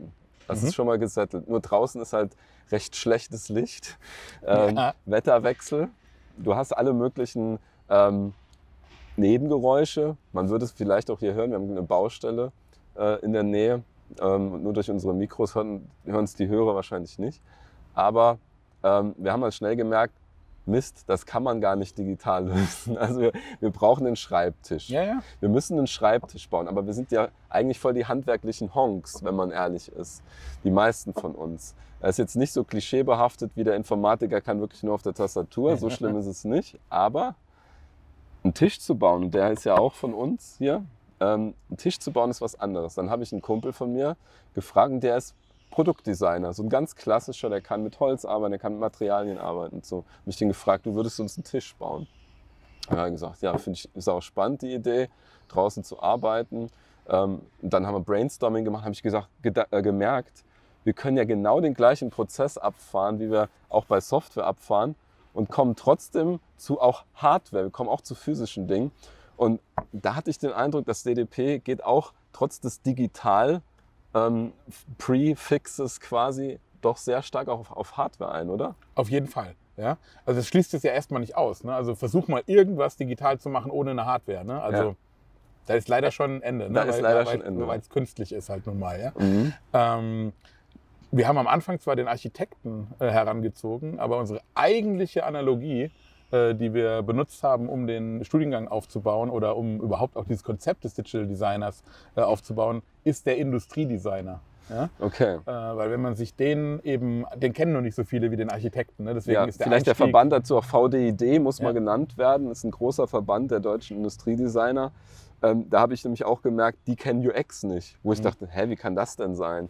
Das Mhm. ist schon mal gesettelt. Nur draußen ist halt recht schlechtes Licht, ähm, Ja. Wetterwechsel. Du hast alle möglichen ähm, Nebengeräusche. Man würde es vielleicht auch hier hören. Wir haben eine Baustelle äh, in der Nähe. Ähm, nur durch unsere Mikros hören es die Hörer wahrscheinlich nicht. Aber ähm, wir haben halt schnell gemerkt, Mist, das kann man gar nicht digital lösen. Also wir, wir brauchen einen Schreibtisch. Ja, ja. Wir müssen einen Schreibtisch bauen. Aber wir sind ja eigentlich voll die handwerklichen Honks, wenn man ehrlich ist. Die meisten von uns. Er ist jetzt nicht so klischeebehaftet wie der Informatiker kann wirklich nur auf der Tastatur. So schlimm ist es nicht. Aber einen Tisch zu bauen, der ist ja auch von uns hier, ähm, einen Tisch zu bauen ist was anderes. Dann habe ich einen Kumpel von mir gefragt, und der ist Produktdesigner, so ein ganz klassischer, der kann mit Holz arbeiten, der kann mit Materialien arbeiten. So habe ich den gefragt, du würdest uns einen Tisch bauen? Er hat gesagt, ja, finde ich, ist auch spannend, die Idee, draußen zu arbeiten. Ähm, und dann haben wir Brainstorming gemacht, habe ich gesagt, geda- äh, gemerkt, wir können ja genau den gleichen Prozess abfahren, wie wir auch bei Software abfahren und kommen trotzdem zu auch Hardware, wir kommen auch zu physischen Dingen. Und da hatte ich den Eindruck, das D D P geht auch trotz des Digital ähm, Prefixes quasi doch sehr stark auch auf, auf Hardware ein, oder? Auf jeden Fall. Ja? Also das schließt es ja erstmal nicht aus. Ne? Also versuch mal irgendwas digital zu machen ohne eine Hardware. Ne? Also Ja. da ist leider schon ein Ende. Ne? Da ist weil, leider weil, schon Ende. Weil es künstlich ist halt nun mal. Ja? Mhm. Ähm, wir haben am Anfang zwar den Architekten äh, herangezogen, aber unsere eigentliche Analogie, äh, die wir benutzt haben, um den Studiengang aufzubauen oder um überhaupt auch dieses Konzept des Digital Designers äh, aufzubauen, ist der Industriedesigner. Ja? Okay. Äh, weil wenn man sich den eben, den kennen noch nicht so viele wie den Architekten. Ne? Deswegen Ja, ist der vielleicht der Einstieg- Verband dazu auch V D I D muss Ja. mal genannt werden. Das ist ein großer Verband der deutschen Industriedesigner. Ähm, da habe ich nämlich auch gemerkt, die kennen U X nicht. Wo ich Mhm. dachte, hä, wie kann das denn sein?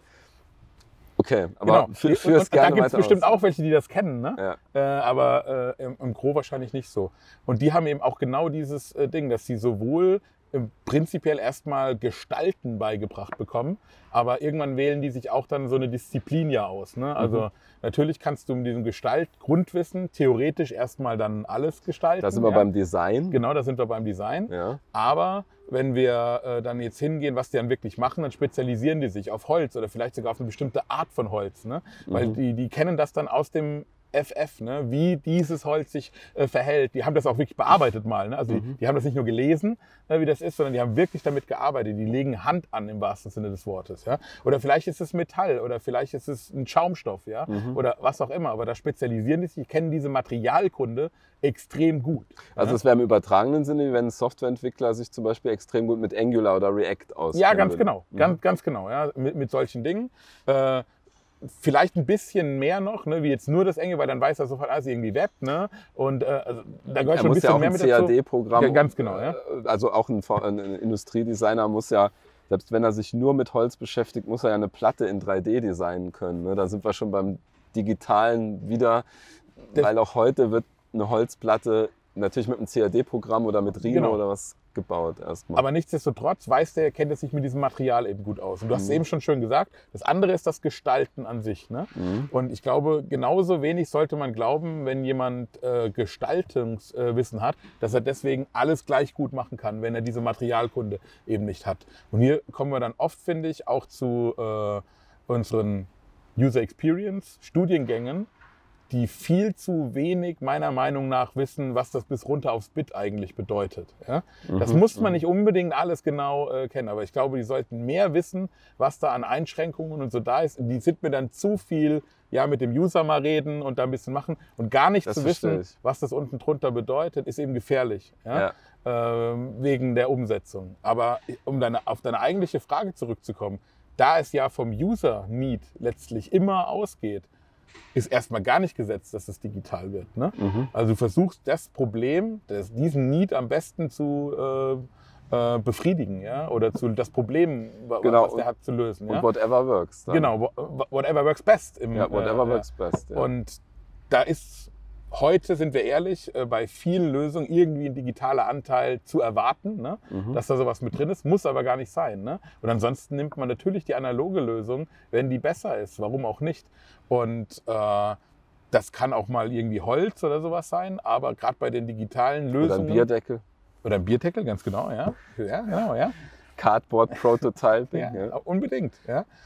Okay, aber Genau. für, Und- führ's und da gerne gibt es weiter bestimmt aus. auch welche, die das kennen, ne? Ja. äh, aber äh, im, im Gros wahrscheinlich nicht so. Und die haben eben auch genau dieses äh, Ding, dass sie sowohl äh, prinzipiell erstmal Gestalten beigebracht bekommen, aber irgendwann wählen die sich auch dann so eine Disziplin ja aus. Ne? Also Mhm. natürlich kannst du mit diesem Gestalt-Grundwissen theoretisch erstmal dann alles gestalten. Da sind wir ja? beim Design. Genau, da sind wir beim Design. Ja. Aber wenn wir äh, dann jetzt hingehen, was die dann wirklich machen, dann spezialisieren die sich auf Holz oder vielleicht sogar auf eine bestimmte Art von Holz. Ne? Weil Mhm. die, die kennen das dann aus dem F F, ne? Wie dieses Holz sich äh, verhält. Die haben das auch wirklich bearbeitet mal. Ne? Also Mhm. die, die haben das nicht nur gelesen, äh, wie das ist, sondern die haben wirklich damit gearbeitet. Die legen Hand an im wahrsten Sinne des Wortes. Ja? Oder vielleicht ist es Metall oder vielleicht ist es ein Schaumstoff, ja? Mhm. Oder was auch immer. Aber da spezialisieren die sich, die kennen diese Materialkunde extrem gut. Also ja? es wäre im übertragenen Sinne, wie wenn ein Softwareentwickler sich zum Beispiel extrem gut mit Angular oder React auskennt. Ja, ganz genau. Mhm. Ganz, ganz genau. Ja. Mit, mit solchen Dingen. Äh, vielleicht ein bisschen mehr noch, ne, wie jetzt nur das Enge, weil dann weiß er sofort, alles irgendwie Web. Ne? Und äh, also, da gehört Er schon ein muss bisschen ja auch mehr ein mit C A dazu. D-Programm. Ja, ganz genau, ja. Also auch ein, ein Industriedesigner muss ja, selbst wenn er sich nur mit Holz beschäftigt, muss er ja eine Platte in drei D designen können. Ne? Da sind wir schon beim Digitalen wieder, Das- weil auch heute wird eine Holzplatte natürlich mit einem C A D-Programm oder mit Rhino Genau. oder was gebaut erstmal. Aber nichtsdestotrotz weiß der, kennt er sich mit diesem Material eben gut aus. Und du hast es Mhm. eben schon schön gesagt, das andere ist das Gestalten an sich. Ne? Mhm. Und ich glaube, genauso wenig sollte man glauben, wenn jemand äh, Gestaltungswissen äh, hat, dass er deswegen alles gleich gut machen kann, wenn er diese Materialkunde eben nicht hat. Und hier kommen wir dann oft, finde ich, auch zu äh, unseren User Experience Studiengängen, die viel zu wenig meiner Meinung nach wissen, was das bis runter aufs Bit eigentlich bedeutet. Ja? Das Mhm, muss man mhm. nicht unbedingt alles genau äh, kennen, aber ich glaube, die sollten mehr wissen, was da an Einschränkungen und so da ist. Die sind mir dann zu viel, ja, mit dem User mal reden und da ein bisschen machen und gar nicht Das zu verstehe wissen, ich. was das unten drunter bedeutet, ist eben gefährlich. Ja? Ähm, wegen der Umsetzung. Aber um deine, auf deine eigentliche Frage zurückzukommen, da es ja vom User-Need letztlich immer ausgeht, ist erstmal gar nicht gesetzt, dass es digital wird. Ne? Mhm. Also du versuchst das Problem, das, diesen Need am besten zu äh, äh, befriedigen, ja? Oder zu, das Problem, wa- Genau, was der und- hat, zu lösen. Und Ja? whatever works. Dann. Genau, wha- whatever works best. Im, Ja, whatever äh, works best. Ja. Und da ist heute, sind wir ehrlich, äh, bei vielen Lösungen irgendwie ein digitaler Anteil zu erwarten, ne? Mhm. Dass da sowas mit drin ist, muss aber gar nicht sein. Ne? Und ansonsten nimmt man natürlich die analoge Lösung, wenn die besser ist, warum auch nicht. Und äh, das kann auch mal irgendwie Holz oder sowas sein, aber gerade bei den digitalen Oder Lösungen... ein Bierdeckel. Oder ein Bierdeckel, ganz genau, ja. Ja, genau, ja. Cardboard Prototyping. Ja, Ja. unbedingt. Ja.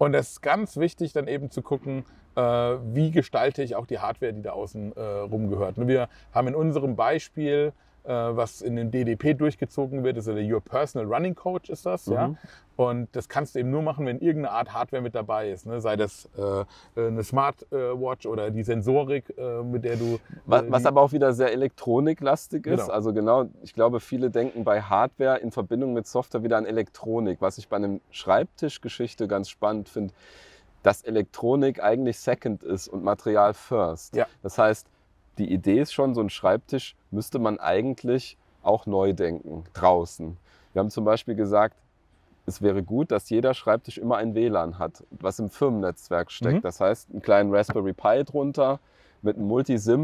Und es ist ganz wichtig, dann eben zu gucken, äh, wie gestalte ich auch die Hardware, die da außen äh, rumgehört. Wir haben in unserem Beispiel, äh, was in den D D P durchgezogen wird, ist der Your Personal Running Coach ist das. Mhm. Ja? Und das kannst du eben nur machen, wenn irgendeine Art Hardware mit dabei ist. Ne? Sei das äh, eine Smartwatch oder die Sensorik, äh, mit der du... Äh, was, was aber auch wieder sehr elektroniklastig ist. Genau. Also genau, ich glaube, viele denken bei Hardware in Verbindung mit Software wieder an Elektronik. Was ich bei einem Schreibtischgeschichte ganz spannend finde, dass Elektronik eigentlich Second ist und Material First. Ja. Das heißt, die Idee ist schon, so ein Schreibtisch müsste man eigentlich auch neu denken, draußen. Wir haben zum Beispiel gesagt, es wäre gut, dass jeder Schreibtisch immer ein W L A N hat, was im Firmennetzwerk steckt. Mhm. Das heißt, einen kleinen Raspberry Pi drunter mit einem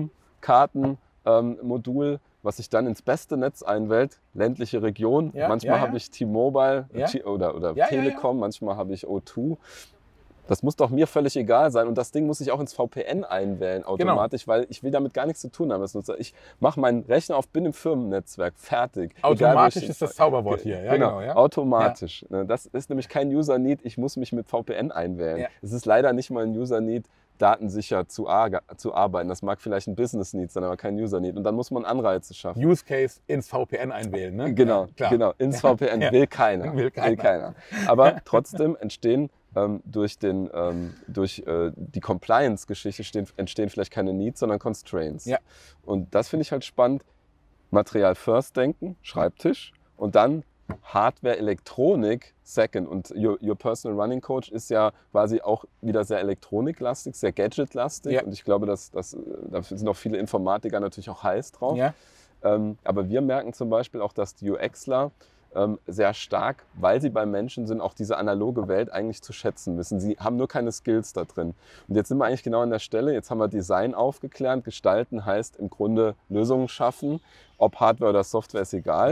Multi-SIM-Karten-Modul, ähm, was sich dann ins beste Netz einwählt, ländliche Region. Ja, manchmal ja, ja. habe ich T-Mobile ja. oder, oder ja, Telekom, ja, ja. manchmal habe ich O zwei. Das muss doch mir völlig egal sein. Und das Ding muss ich auch ins V P N einwählen automatisch, genau. weil ich will damit gar nichts zu tun haben. Ich mache meinen Rechner auf, bin im Firmennetzwerk, fertig. Automatisch egal, ist das Zauberwort hier. Ja, genau, genau ja. automatisch. Ja. Das ist nämlich kein User-Need, ich muss mich mit V P N einwählen. Ja. Es ist leider nicht mal ein User-Need, datensicher zu, zu arbeiten. Das mag vielleicht ein Business-Need sein, aber kein User-Need. Und dann muss man Anreize schaffen. Use Case ins V P N einwählen. Ne? Genau, ja, genau, ins V P N ja. will keiner. Will keiner. Will keiner. Aber trotzdem entstehen Ähm, durch, den, ähm, durch äh, die Compliance-Geschichte stehen, entstehen vielleicht keine Needs, sondern Constraints. Ja. Und das finde ich halt spannend. Material first denken, Schreibtisch und dann Hardware, Elektronik second. Und Your, Your Personal Running Coach ist ja quasi auch wieder sehr elektroniklastig, sehr gadgetlastig. Ja. Und ich glaube, dass, dass, da sind auch viele Informatiker natürlich auch heiß drauf. Ja. Ähm, aber wir merken zum Beispiel auch, dass die UXler sehr stark, weil sie beim Menschen sind, auch diese analoge Welt eigentlich zu schätzen wissen. Sie haben nur keine Skills da drin. Und jetzt sind wir eigentlich genau an der Stelle, jetzt haben wir Design aufgeklärt, gestalten heißt im Grunde Lösungen schaffen, ob Hardware oder Software ist egal.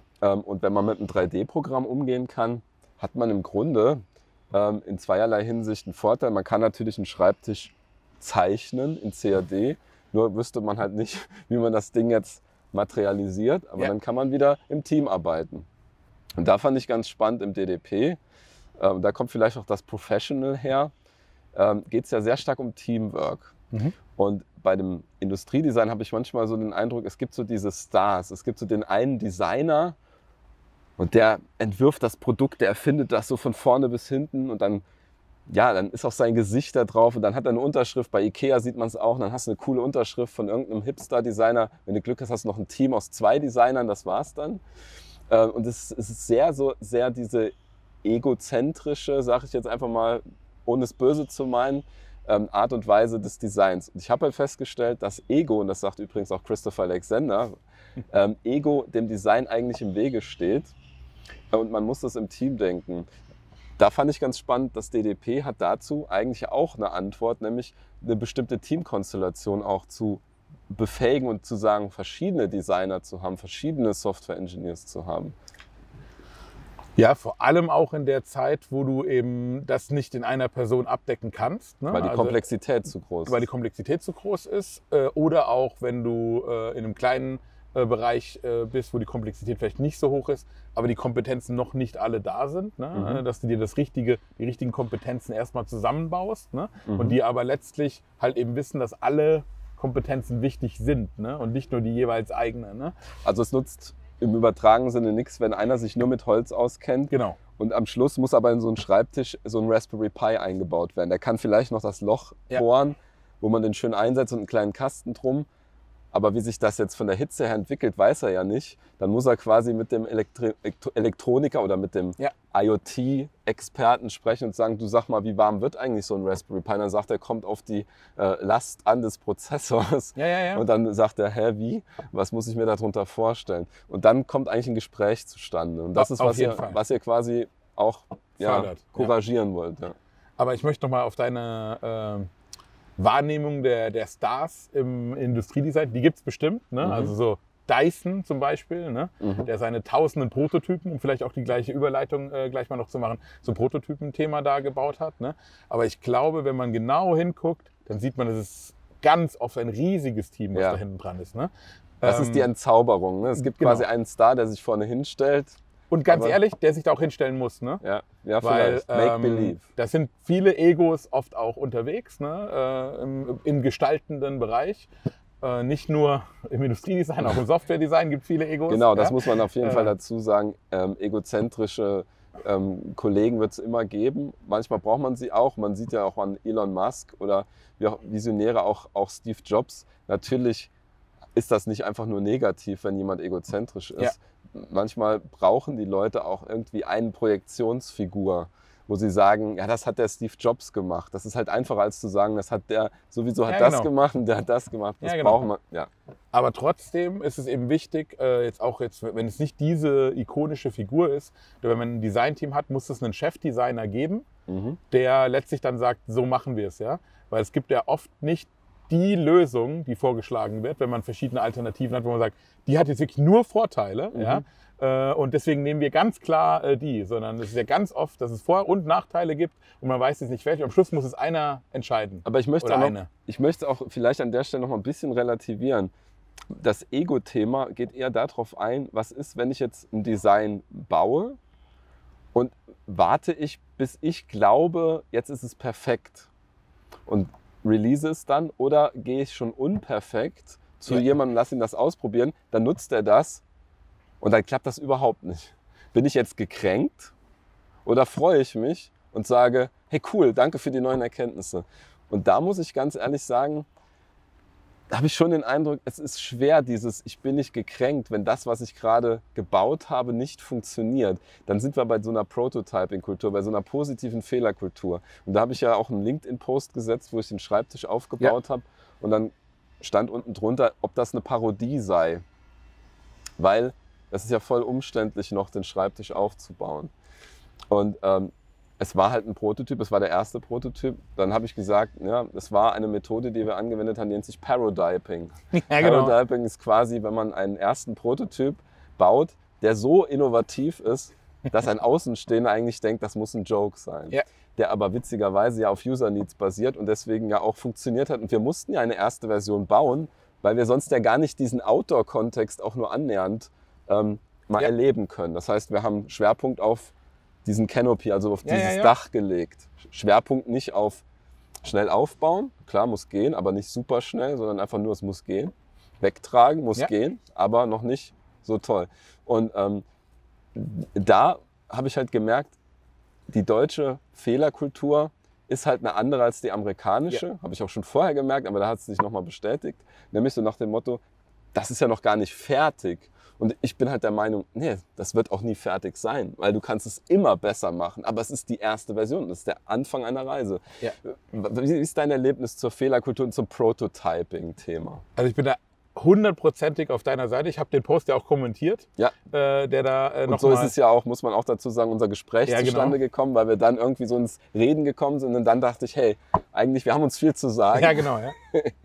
Und wenn man mit einem drei D Programm umgehen kann, hat man im Grunde in zweierlei Hinsicht einen Vorteil. Man kann natürlich einen Schreibtisch zeichnen in C A D, nur wüsste man halt nicht, wie man das Ding jetzt materialisiert, aber ja. dann kann man wieder im Team arbeiten. Und da fand ich ganz spannend im D D P, ähm, da kommt vielleicht auch das Professional her, ähm, geht es ja sehr stark um Teamwork. Mhm. Und bei dem Industriedesign habe ich manchmal so den Eindruck, es gibt so diese Stars, es gibt so den einen Designer und der entwirft das Produkt, der erfindet das so von vorne bis hinten und dann, ja, dann ist auch sein Gesicht da drauf und dann hat er eine Unterschrift, bei Ikea sieht man es auch, dann hast du eine coole Unterschrift von irgendeinem Hipster-Designer, wenn du Glück hast, hast du noch ein Team aus zwei Designern, das war's dann. Und es ist sehr, so, sehr diese egozentrische, sage ich jetzt einfach mal, ohne es böse zu meinen, Art und Weise des Designs. Und ich habe halt festgestellt, dass Ego, und das sagt übrigens auch Christopher Alexander, Ego dem Design eigentlich im Wege steht und man muss das im Team denken. Da fand ich ganz spannend, das D D P hat dazu eigentlich auch eine Antwort, nämlich eine bestimmte Teamkonstellation auch zu befähigen und zu sagen, verschiedene Designer zu haben, verschiedene Software-Engineers zu haben. Ja, vor allem auch in der Zeit, wo du eben das nicht in einer Person abdecken kannst. Ne? Weil die also, Komplexität zu groß ist. Weil die Komplexität zu groß ist. Äh, oder auch, wenn du äh, in einem kleinen äh, Bereich äh, bist, wo die Komplexität vielleicht nicht so hoch ist, aber die Kompetenzen noch nicht alle da sind. Ne? Mhm. Dass du dir das richtige, die richtigen Kompetenzen erstmal zusammenbaust. Ne? Mhm. Und die aber letztlich halt eben wissen, dass alle Kompetenzen wichtig sind, ne? Und nicht nur die jeweils eigene. Ne? Also es nutzt im übertragenen Sinne nichts, wenn einer sich nur mit Holz auskennt. Genau. Und am Schluss muss aber in so einen Schreibtisch so ein Raspberry Pi eingebaut werden. Der kann vielleicht noch das Loch ja. bohren, wo man den schön einsetzt und einen kleinen Kasten drum. Aber wie sich das jetzt von der Hitze her entwickelt, weiß er ja nicht. Dann muss er quasi mit dem Elektri- Elektroniker oder mit dem ja. I O T-Experten sprechen und sagen, du sag mal, wie warm wird eigentlich so ein Raspberry Pi? Und dann sagt er, kommt auf die äh, Last an des Prozessors. Ja, ja, ja. Und dann sagt er, hä, wie? Was muss ich mir darunter vorstellen? Und dann kommt eigentlich ein Gespräch zustande. Und das ist, was ihr, was ihr quasi auch ja, couragieren ja. wollt. Ja. Aber ich möchte nochmal auf deine... Äh Wahrnehmung der, der Stars im Industriedesign, die gibt es bestimmt. Ne? Mhm. Also so Dyson zum Beispiel, ne? Mhm. Der seine tausenden Prototypen, um vielleicht auch die gleiche Überleitung äh, gleich mal noch zu machen, so ein Prototypen-Thema da gebaut hat. Ne? Aber ich glaube, wenn man genau hinguckt, dann sieht man, es ist ganz oft ein riesiges Team, was ja. da hinten dran ist. Ne? Das ähm, ist die Entzauberung. Ne? Es gibt genau. quasi einen Star, der sich vorne hinstellt, Und ganz Aber- ehrlich, der sich da auch hinstellen muss. Ne? Ja, ja Weil vielleicht. Make ähm, believe. da sind viele Egos oft auch unterwegs, ne? äh, im, im gestaltenden Bereich. Äh, nicht nur im Industriedesign, auch im Softwaredesign gibt es viele Egos. Genau, das ja? muss man auf jeden Äh. Fall dazu sagen. Ähm, egozentrische ähm, Kollegen wird es immer geben. Manchmal braucht man sie auch. Man sieht ja auch an Elon Musk oder wie auch Visionäre, auch, auch Steve Jobs. Natürlich ist das nicht einfach nur negativ, wenn jemand egozentrisch ist. Ja. Manchmal brauchen die Leute auch irgendwie eine Projektionsfigur, wo sie sagen, ja, das hat der Steve Jobs gemacht. Das ist halt einfacher als zu sagen, das hat der sowieso hat Ja, das genau. gemacht und der hat das gemacht. Das Ja, genau. braucht man. Ja. Aber trotzdem ist es eben wichtig, äh, jetzt auch jetzt, wenn es nicht diese ikonische Figur ist, oder wenn man ein Designteam hat, muss es einen Chefdesigner geben, Mhm. der letztlich dann sagt, so machen wir es, ja. Weil es gibt ja oft nicht die Lösung, die vorgeschlagen wird, wenn man verschiedene Alternativen hat, wo man sagt, die hat jetzt wirklich nur Vorteile, Mhm. ja. Äh, und deswegen nehmen wir ganz klar äh, die, sondern es ist ja ganz oft, dass es Vor- und Nachteile gibt und man weiß jetzt nicht welche. Am Schluss muss es einer entscheiden. Aber ich möchte, Oder auch noch, eine. ich möchte auch vielleicht an der Stelle noch mal ein bisschen relativieren. Das Ego-Thema geht eher darauf ein, was ist, wenn ich jetzt ein Design baue und warte ich, bis ich glaube, jetzt ist es perfekt und release es dann, oder gehe ich schon unperfekt zu Ja. jemandem, lass ihn das ausprobieren, dann nutzt er das und dann klappt das überhaupt nicht. Bin ich jetzt gekränkt oder freue ich mich und sage, hey cool, danke für die neuen Erkenntnisse. Und da muss ich ganz ehrlich sagen, da habe ich schon den Eindruck, es ist schwer, dieses ich bin nicht gekränkt, wenn das, was ich gerade gebaut habe, nicht funktioniert. Dann sind wir bei so einer Prototyping-Kultur, bei so einer positiven Fehlerkultur. Und da habe ich ja auch einen LinkedIn-Post gesetzt, wo ich den Schreibtisch aufgebaut habe und dann stand unten drunter, ob das eine Parodie sei. Weil das ist ja voll umständlich, noch den Schreibtisch aufzubauen. Und ähm, es war halt ein Prototyp, es war der erste Prototyp. Dann habe ich gesagt, ja, es war eine Methode, die wir angewendet haben, die nennt sich Parodyping. Ja, genau. Parodyping ist quasi, wenn man einen ersten Prototyp baut, der so innovativ ist, dass ein Außenstehender eigentlich denkt, das muss ein Joke sein. Ja. Der aber witzigerweise ja auf User Needs basiert und deswegen ja auch funktioniert hat. Und wir mussten ja eine erste Version bauen, weil wir sonst ja gar nicht diesen Outdoor-Kontext auch nur annähernd ähm, mal Ja. erleben können. Das heißt, wir haben Schwerpunkt auf diesen Canopy, also auf Ja, dieses ja, ja. Dach gelegt. Schwerpunkt nicht auf schnell aufbauen, klar muss gehen, aber nicht super schnell, sondern einfach nur, es muss gehen. Wegtragen muss Ja. gehen, aber noch nicht so toll. Und ähm, da habe ich halt gemerkt, die deutsche Fehlerkultur ist halt eine andere als die amerikanische. Ja. Habe ich auch schon vorher gemerkt, aber da hat es sich nochmal bestätigt. Nämlich so nach dem Motto, das ist ja noch gar nicht fertig. Und ich bin halt der Meinung, nee, das wird auch nie fertig sein, weil du kannst es immer besser machen. Aber es ist die erste Version, das ist der Anfang einer Reise. Ja. Wie ist dein Erlebnis zur Fehlerkultur und zum Prototyping-Thema? Also ich bin da hundertprozentig auf deiner Seite. Ich habe den Post ja auch kommentiert, Ja. äh, der da äh, Und noch so mal ist es ja auch, muss man auch dazu sagen, unser Gespräch Ja, genau. zustande gekommen, weil wir dann irgendwie so ins Reden gekommen sind und dann dachte ich, hey, eigentlich, wir haben uns viel zu sagen. Ja, genau. Ja.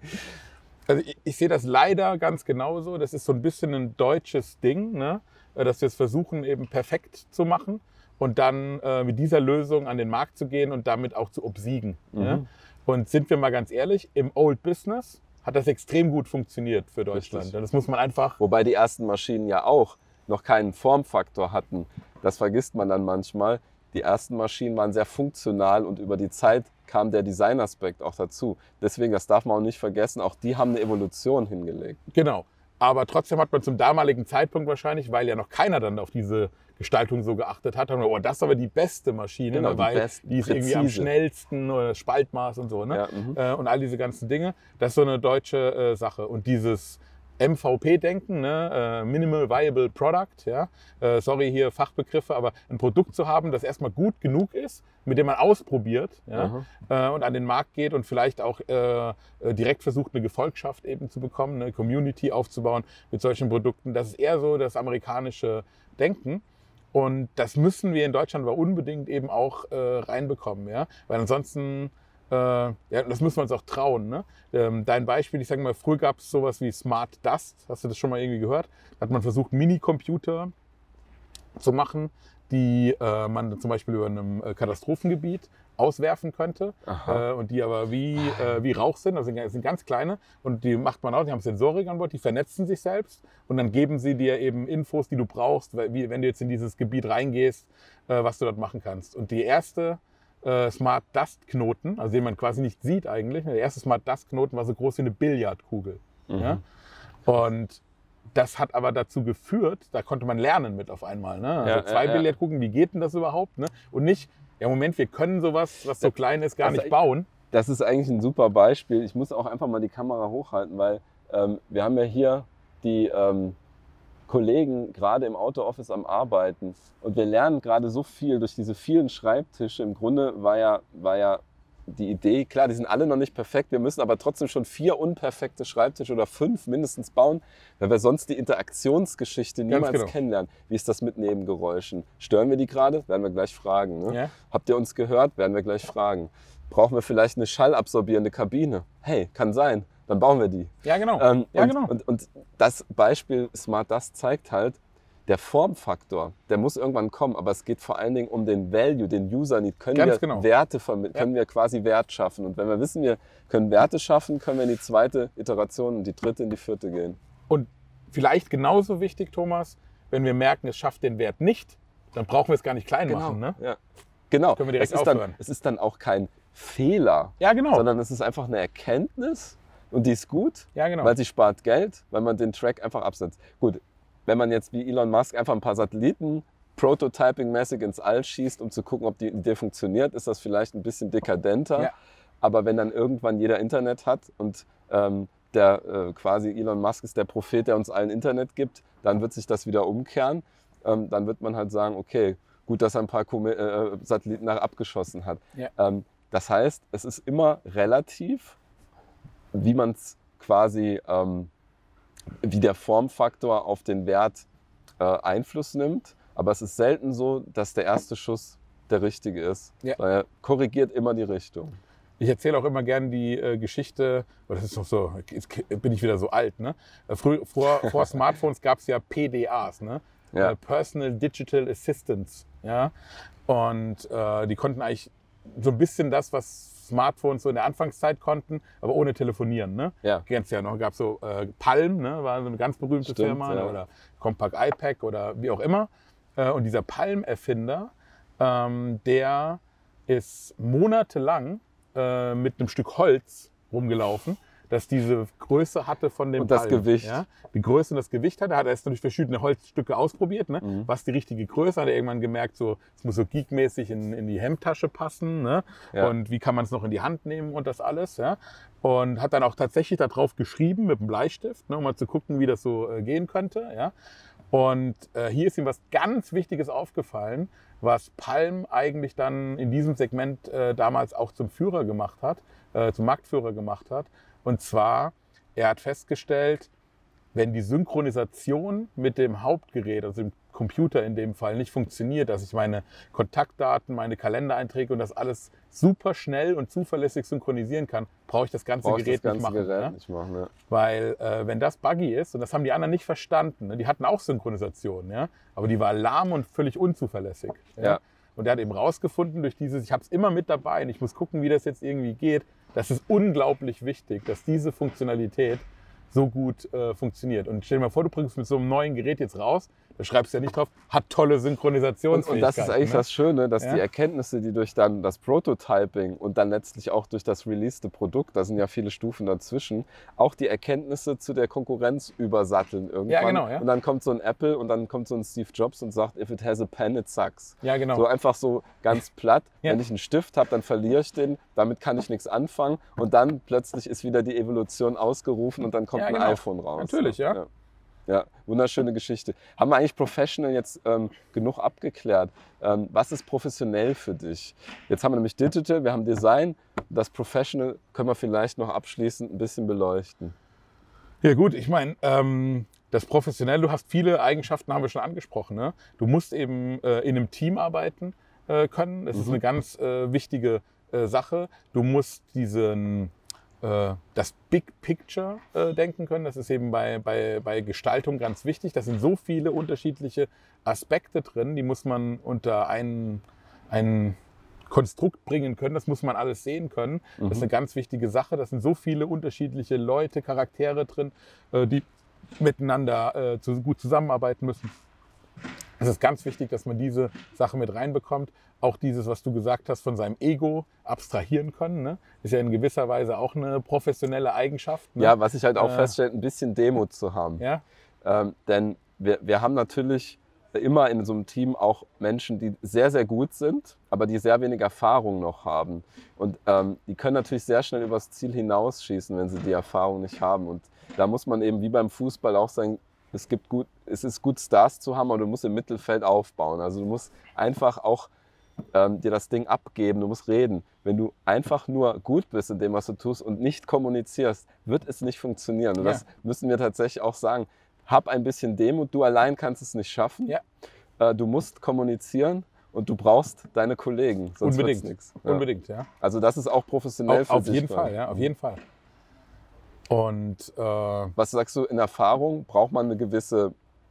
Also ich, ich sehe das leider ganz genauso. Das ist so ein bisschen ein deutsches Ding, ne? Dass wir es versuchen, eben perfekt zu machen und dann äh, mit dieser Lösung an den Markt zu gehen und damit auch zu obsiegen. Mhm. Ja? Und sind wir mal ganz ehrlich, im Old Business hat das extrem gut funktioniert für Deutschland. Richtig. Das muss man einfach... Wobei die ersten Maschinen ja auch noch keinen Formfaktor hatten. Das vergisst man dann manchmal. Die ersten Maschinen waren sehr funktional und über die Zeit kam der Designaspekt auch dazu. Deswegen, das darf man auch nicht vergessen, auch die haben eine Evolution hingelegt. Genau. Aber trotzdem hat man zum damaligen Zeitpunkt wahrscheinlich, weil ja noch keiner dann auf diese Gestaltung so geachtet hat, haben wir, oh, das ist aber die beste Maschine, Genau, ne, die weil beste, die ist irgendwie am präzise. schnellsten oder das Spaltmaß und so. Ne? Ja, mhm. äh, und all diese ganzen Dinge. Das ist so eine deutsche äh, Sache. Und dieses M V P-Denken, ne? äh, Minimal Viable Product, ja? äh, sorry hier Fachbegriffe, aber ein Produkt zu haben, das erstmal gut genug ist, mit dem man ausprobiert, ja? Mhm. äh, und an den Markt geht und vielleicht auch äh, äh, direkt versucht, eine Gefolgschaft eben zu bekommen, eine Community aufzubauen mit solchen Produkten. Das ist eher so das amerikanische Denken. Und das müssen wir in Deutschland aber unbedingt eben auch äh, reinbekommen, ja? Weil ansonsten, äh, ja, das müssen wir uns auch trauen. Ne? Ähm, dein Beispiel, ich sage mal, früher gab es sowas wie Smart Dust, hast du das schon mal irgendwie gehört? Da hat man versucht, Minicomputer zu machen, die äh, man zum Beispiel über einem äh, Katastrophengebiet auswerfen könnte äh, und die aber wie, äh, wie Rauch sind, also sind ganz kleine und die macht man auch, die haben Sensorik an Bord, die vernetzen sich selbst und dann geben sie dir eben Infos, die du brauchst, wie, wenn du jetzt in dieses Gebiet reingehst, äh, was du dort machen kannst. Und die erste äh, Smart Dust Knoten, also den man quasi nicht sieht eigentlich, der erste Smart Dust Knoten war so groß wie eine Billardkugel. Mhm. Ja? Und das hat aber dazu geführt, da konnte man lernen mit auf einmal. Ne? Also ja, zwei ja, Billardkugeln, wie geht denn das überhaupt? Ne? Und nicht, ja Moment, wir können sowas, was so klein ist, gar nicht bauen. Das ist eigentlich ein super Beispiel. Ich muss auch einfach mal die Kamera hochhalten, weil ähm, wir haben ja hier die ähm, Kollegen gerade im Auto-Office am Arbeiten und wir lernen gerade so viel durch diese vielen Schreibtische. Im Grunde war ja, war ja die Idee, klar, die sind alle noch nicht perfekt, wir müssen aber trotzdem schon vier unperfekte Schreibtische oder fünf mindestens bauen, weil wir sonst die Interaktionsgeschichte niemals genau. kennenlernen. Wie ist das mit Nebengeräuschen? Stören wir die gerade? Werden wir gleich fragen. Ne? Ja. Habt ihr uns gehört? Werden wir gleich fragen. Brauchen wir vielleicht eine schallabsorbierende Kabine? Hey, kann sein, dann bauen wir die. Ja, genau. Ähm, ja, und, genau. Und, und das Beispiel Smart Dust zeigt halt, der Formfaktor, der muss irgendwann kommen, aber es geht vor allen Dingen um den Value, den User Need. Können Ganz wir genau. Werte vermitteln, können ja. wir quasi Wert schaffen. Und wenn wir wissen, wir können Werte schaffen, können wir in die zweite Iteration und die dritte in die vierte gehen. Und vielleicht genauso wichtig, Thomas, wenn wir merken, es schafft den Wert nicht, dann brauchen wir es gar nicht klein genau. machen. Ne? Ja. Genau, können wir direkt es, ist dann, es ist dann auch kein Fehler, ja, genau. sondern es ist einfach eine Erkenntnis und die ist gut, ja, genau. weil sie spart Geld, weil man den Track einfach absetzt. Gut. Wenn man jetzt wie Elon Musk einfach ein paar Satelliten Prototyping-mäßig ins All schießt, um zu gucken, ob die Idee funktioniert, ist das vielleicht ein bisschen dekadenter. Ja. Aber wenn dann irgendwann jeder Internet hat und ähm, der äh, quasi Elon Musk ist der Prophet, der uns allen Internet gibt, dann wird sich das wieder umkehren. Ähm, dann wird man halt sagen, okay, gut, dass er ein paar Kom- äh, Satelliten nach abgeschossen hat. Ja. Ähm, das heißt, es ist immer relativ, wie man es quasi... Ähm, wie der Formfaktor auf den Wert äh, Einfluss nimmt. Aber es ist selten so, dass der erste Schuss der richtige ist. Ja. Er korrigiert immer die Richtung. Ich erzähle auch immer gerne die äh, Geschichte, das ist noch so, jetzt bin ich wieder so alt, ne? Früher, vor, vor Smartphones gab es ja P D As, ne? Ja. Äh, Personal Digital Assistants. Ja? Und äh, die konnten eigentlich so ein bisschen das, was Smartphones so in der Anfangszeit konnten, aber ohne telefonieren. Ne? Ja. Kennst ja noch, gab es so äh, Palm, ne? War so eine ganz berühmte Stimmt, Firma, ja. oder Compaq I P A C oder wie auch immer. Äh, und dieser Palm-Erfinder, ähm, der ist monatelang äh, mit einem Stück Holz rumgelaufen, das diese Größe hatte von dem und das Palm. Gewicht. Ja? Die Größe und das Gewicht hatte. Er hat erst durch verschiedene Holzstücke ausprobiert. Ne? Mhm. Was die richtige Größe, hat er irgendwann gemerkt, so, es muss so geekmäßig in, in die Hemdtasche passen. Ne? Ja. Und wie kann man es noch in die Hand nehmen und das alles. Ja? Und hat dann auch tatsächlich darauf geschrieben mit einem Bleistift, ne, um mal zu gucken, wie das so äh, gehen könnte. Ja? Und äh, hier ist ihm was ganz Wichtiges aufgefallen, was Palm eigentlich dann in diesem Segment äh, damals auch zum Führer gemacht hat, äh, zum Marktführer gemacht hat. Und zwar, er hat festgestellt, wenn die Synchronisation mit dem Hauptgerät, also dem Computer in dem Fall, nicht funktioniert, dass ich meine Kontaktdaten, meine Kalendereinträge und das alles super schnell und zuverlässig synchronisieren kann, brauche ich das ganze Brauchst Gerät das ganze nicht machen. Gerät Ja? nicht machen ja. Weil äh, wenn das buggy ist, und das haben die anderen nicht verstanden, ne? Die hatten auch Synchronisation, ja? Aber die war lahm und völlig unzuverlässig. Ja? Ja. Und er hat eben rausgefunden, durch dieses, ich habe es immer mit dabei und ich muss gucken, wie das jetzt irgendwie geht, das ist unglaublich wichtig, dass diese Funktionalität so gut äh, funktioniert. Und stell dir mal vor, du bringst mit so einem neuen Gerät jetzt raus, da schreibst du ja nicht drauf, hat tolle Synchronisationsfähigkeiten. Und, und das ist eigentlich ne? das Schöne, dass ja? die Erkenntnisse, die durch dann das Prototyping und dann letztlich auch durch das releaste Produkt, da sind ja viele Stufen dazwischen, auch die Erkenntnisse zu der Konkurrenz übersatteln irgendwann. Ja, genau, ja. Und dann kommt so ein Apple und dann kommt so ein Steve Jobs und sagt, if it has a pen, it sucks. Ja, genau. So einfach so ganz platt. Ja. Wenn ich einen Stift habe, dann verliere ich den, damit kann ich nichts anfangen und dann plötzlich ist wieder die Evolution ausgerufen und dann kommt ja, ein genau. iPhone raus. Natürlich, ja. ja. Ja, wunderschöne Geschichte. Haben wir eigentlich Professional jetzt ähm, genug abgeklärt? Ähm, was ist professionell für dich? Jetzt haben wir nämlich Digital, wir haben Design. Das Professional können wir vielleicht noch abschließend ein bisschen beleuchten. Ja gut, ich meine, ähm, das Professionell, du hast viele Eigenschaften, haben wir schon angesprochen. Ne? Du musst eben äh, in einem Team arbeiten äh, können. Das mhm. ist eine ganz äh, wichtige äh, Sache. Du musst diesen äh, das Big Picture äh, denken können. Das ist eben bei, bei, bei Gestaltung ganz wichtig. Da sind so viele unterschiedliche Aspekte drin, die muss man unter einen, ein Konstrukt bringen können. Das muss man alles sehen können. Das ist eine ganz wichtige Sache. Da sind so viele unterschiedliche Leute, Charaktere drin, äh, die miteinander äh, zu, gut zusammenarbeiten müssen. Es ist ganz wichtig, dass man diese Sache mit reinbekommt. Auch dieses, was du gesagt hast, von seinem Ego abstrahieren können. Ne? Ist ja in gewisser Weise auch eine professionelle Eigenschaft. Ne? Ja, was ich halt auch äh, feststelle, ein bisschen Demut zu haben. Ja? Ähm, denn wir, wir haben natürlich immer in so einem Team auch Menschen, die sehr, sehr gut sind, aber die sehr wenig Erfahrung noch haben. Und ähm, die können natürlich sehr schnell übers Ziel hinausschießen, wenn sie die Erfahrung nicht haben. Und da muss man eben wie beim Fußball auch sagen, es, gibt gut, es ist gut, Stars zu haben, aber du musst im Mittelfeld aufbauen. Also du musst einfach auch ähm, dir das Ding abgeben, du musst reden. Wenn du einfach nur gut bist in dem, was du tust und nicht kommunizierst, wird es nicht funktionieren. Und Ja. das müssen wir tatsächlich auch sagen. Hab ein bisschen Demut, du allein kannst es nicht schaffen. Ja. Äh, du musst kommunizieren und du brauchst deine Kollegen, sonst wird's Unbedingt. nichts. Ja. Unbedingt, ja. Also das ist auch professionell Auf, für auf dich. jeden Fall, ja, auf jeden Fall. Und äh, Was sagst du in Erfahrung? Braucht man eine gewisse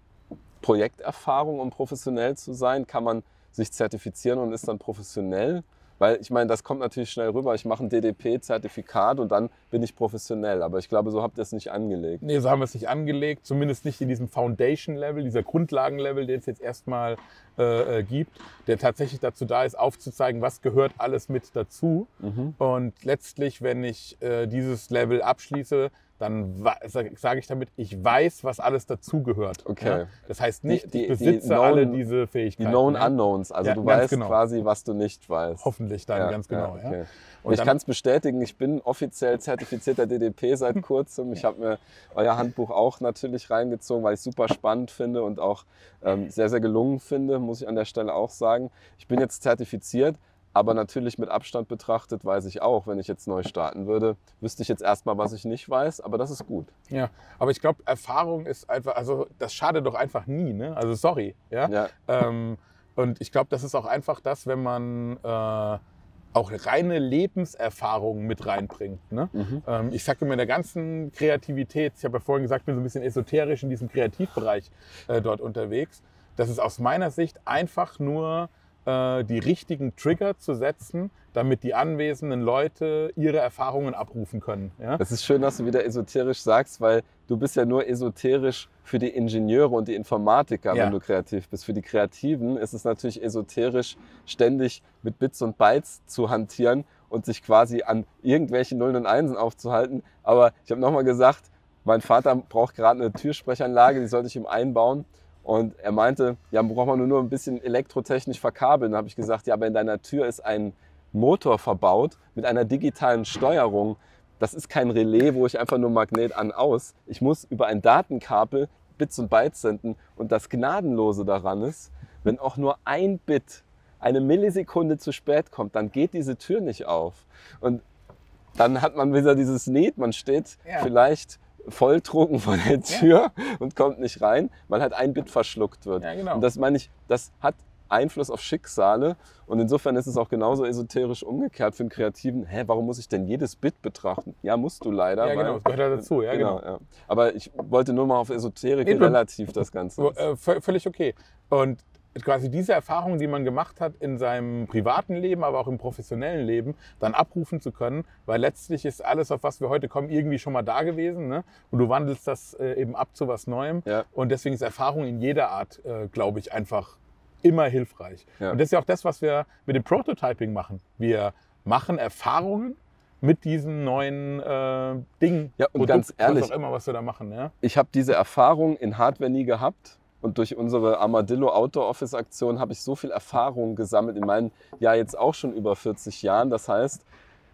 Projekterfahrung, um professionell zu sein? Kann man sich zertifizieren und ist dann professionell? Weil ich meine, das kommt natürlich schnell rüber. Ich mache ein D D P-Zertifikat und dann bin ich professionell. Aber ich glaube, so habt ihr es nicht angelegt. nee, so haben wir es nicht angelegt, zumindest nicht in diesem Foundation-Level, dieser Grundlagen-Level, den es jetzt erstmal äh, äh, gibt, der tatsächlich dazu da ist, aufzuzeigen, was gehört alles mit dazu. Mhm. Und letztlich, wenn ich äh, dieses Level abschließe, dann sage sag ich damit, ich weiß, was alles dazugehört. Okay. Ja? Das heißt nicht, Die- die- ich besitze die known- alle diese Die Fähigkeiten. Known ne? Unknowns. Also Ja, du ganz weißt genau. quasi, was du nicht weißt. Hoffentlich dann, ganz genau. Ja, okay. Und Ich dann- kann es bestätigen, ich bin offiziell zertifizierter D D P seit kurzem. Ich habe mir euer Handbuch auch natürlich reingezogen, weil ich es super spannend finde und auch ähm, sehr, sehr gelungen finde, muss ich an der Stelle auch sagen. Ich bin jetzt zertifiziert, aber natürlich mit Abstand betrachtet weiß ich auch, wenn ich jetzt neu starten würde, wüsste ich jetzt erstmal, was ich nicht weiß, aber das ist gut. Ja, aber ich glaube, Erfahrung ist einfach, also das schadet doch einfach nie, ne? Also sorry, ja. Ja. Ähm, und ich glaube, das ist auch einfach das, wenn man äh, auch reine Lebenserfahrung mit reinbringt. Ne? Mhm. Ähm, ich sage mir in der ganzen Kreativität, ich habe ja vorhin gesagt, ich bin so ein bisschen esoterisch in diesem Kreativbereich äh, dort unterwegs. Das ist aus meiner Sicht einfach nur äh, die richtigen Trigger zu setzen, damit die anwesenden Leute ihre Erfahrungen abrufen können. Ja? Es ist schön, dass du wieder esoterisch sagst, weil du bist ja nur esoterisch für die Ingenieure und die Informatiker, Ja. wenn du kreativ bist. Für die Kreativen ist es natürlich esoterisch, ständig mit Bits und Bytes zu hantieren und sich quasi an irgendwelchen Nullen und Einsen aufzuhalten. Aber ich habe nochmal gesagt, mein Vater braucht gerade eine Türsprechanlage, die sollte ich ihm einbauen. Und er meinte, ja, braucht man nur, nur ein bisschen elektrotechnisch verkabeln. Da habe ich gesagt, ja, aber in deiner Tür ist ein Motor verbaut mit einer digitalen Steuerung. Das ist kein Relais, wo ich einfach nur Magnet an aus. Ich muss über ein Datenkabel Bits und Bytes senden. Und das Gnadenlose daran ist, wenn auch nur ein Bit eine Millisekunde zu spät kommt, dann geht diese Tür nicht auf. Und dann hat man wieder dieses Need, man steht Ja. vielleicht volltrunken vor der Tür und kommt nicht rein, weil halt ein Bit verschluckt wird. Ja, genau. Und das meine ich, das hat Einfluss auf Schicksale und insofern ist es auch genauso esoterisch umgekehrt für einen Kreativen. Hä, warum muss ich denn jedes Bit betrachten? Ja, musst du leider. Ja, genau, weil- das gehört ja dazu, ja, genau. Ja. Aber ich wollte nur mal auf Esoterik Nee, du- relativ das Ganze. So, äh, v- völlig okay. Und quasi diese Erfahrung, die man gemacht hat in seinem privaten Leben, aber auch im professionellen Leben, dann abrufen zu können, weil letztlich ist alles, auf was wir heute kommen, irgendwie schon mal da gewesen. Ne? Und du wandelst das äh, eben ab zu was Neuem. Ja. Und deswegen ist Erfahrung in jeder Art, äh, glaube ich, einfach immer hilfreich. Ja. Und das ist ja auch das, was wir mit dem Prototyping machen. Wir machen Erfahrungen mit diesen neuen äh, Dingen. Ja, und Produkt, ganz ehrlich, was auch immer, was wir da machen. Ja? Ich habe diese Erfahrung in Hardware nie gehabt. Und durch unsere Armadillo Outdoor Office Aktion habe ich so viel Erfahrung gesammelt in meinen, ja jetzt auch schon über vierzig Jahren. Das heißt,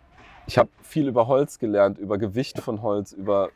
ich habe viel über Holz gelernt, über Gewicht von Holz, über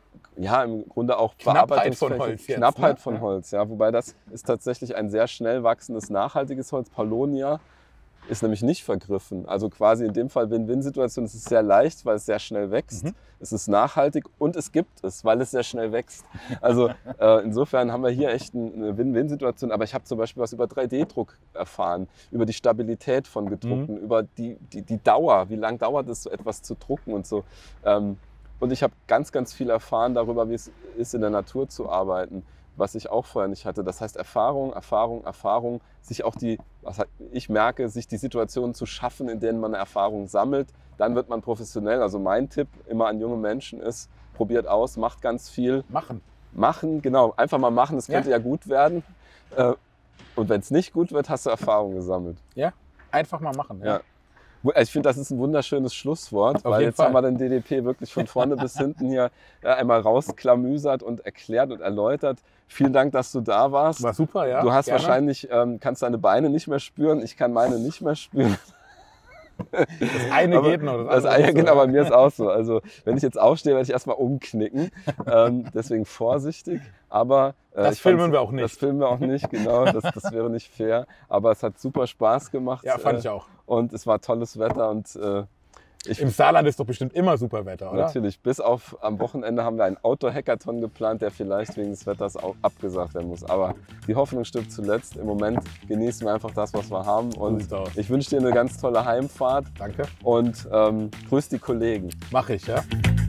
ja im Grunde auch Knappheit von Bearbeitungsfläche, Holz jetzt, Knappheit ne? von Ja. Holz, ja. Wobei das ist tatsächlich ein sehr schnell wachsendes, nachhaltiges Holz, Paulownia. ist nämlich nicht vergriffen. Also quasi in dem Fall Win-Win-Situation. Es ist sehr leicht, weil es sehr schnell wächst. Mhm. Es ist nachhaltig und es gibt es, weil es sehr schnell wächst. Also äh, insofern haben wir hier echt eine Win-Win-Situation. Aber ich habe zum Beispiel was über drei D Druck erfahren, über die Stabilität von gedruckten, mhm. über die, die, die Dauer, wie lange dauert es, so etwas zu drucken und so. Ähm, und ich habe ganz, ganz viel erfahren darüber, wie es ist, in der Natur zu arbeiten, was ich auch vorher nicht hatte. Das heißt Erfahrung, Erfahrung, Erfahrung, sich auch die, was ich merke, sich die Situationen zu schaffen, in denen man Erfahrung sammelt. Dann wird man professionell. Also mein Tipp immer an junge Menschen ist, probiert aus, macht ganz viel. Machen. Machen, genau. Einfach mal machen, das könnte ja, ja gut werden. Und wenn es nicht gut wird, hast du Erfahrung gesammelt. Ja, einfach mal machen. Ja. Ja. Ich finde, das ist ein wunderschönes Schlusswort, Auf weil jetzt Fall. haben wir den D D P wirklich von vorne bis hinten hier einmal rausklamüsert und erklärt und erläutert. Vielen Dank, dass du da warst. War super, ja. Du hast gerne. wahrscheinlich, ähm, kannst deine Beine nicht mehr spüren, ich kann meine nicht mehr spüren. Das eine aber geht noch, das, das eine, genau, bei mir ist auch so. Also wenn ich jetzt aufstehe, werde ich erstmal umknicken. Ähm, deswegen vorsichtig. Aber äh, das ich filmen wir auch nicht. Das filmen wir auch nicht, genau. Das, das wäre nicht fair. Aber es hat super Spaß gemacht. Ja, fand äh, ich auch. Und es war tolles Wetter und äh, ich, im Saarland ist doch bestimmt immer super Wetter, oder? Natürlich. Bis auf am Wochenende haben wir einen Outdoor-Hackathon geplant, der vielleicht wegen des Wetters auch abgesagt werden muss. Aber die Hoffnung stirbt zuletzt. Im Moment genießen wir einfach das, was wir haben. Und ich wünsche dir eine ganz tolle Heimfahrt. Danke. Und ähm, grüß die Kollegen. Mach ich, ja.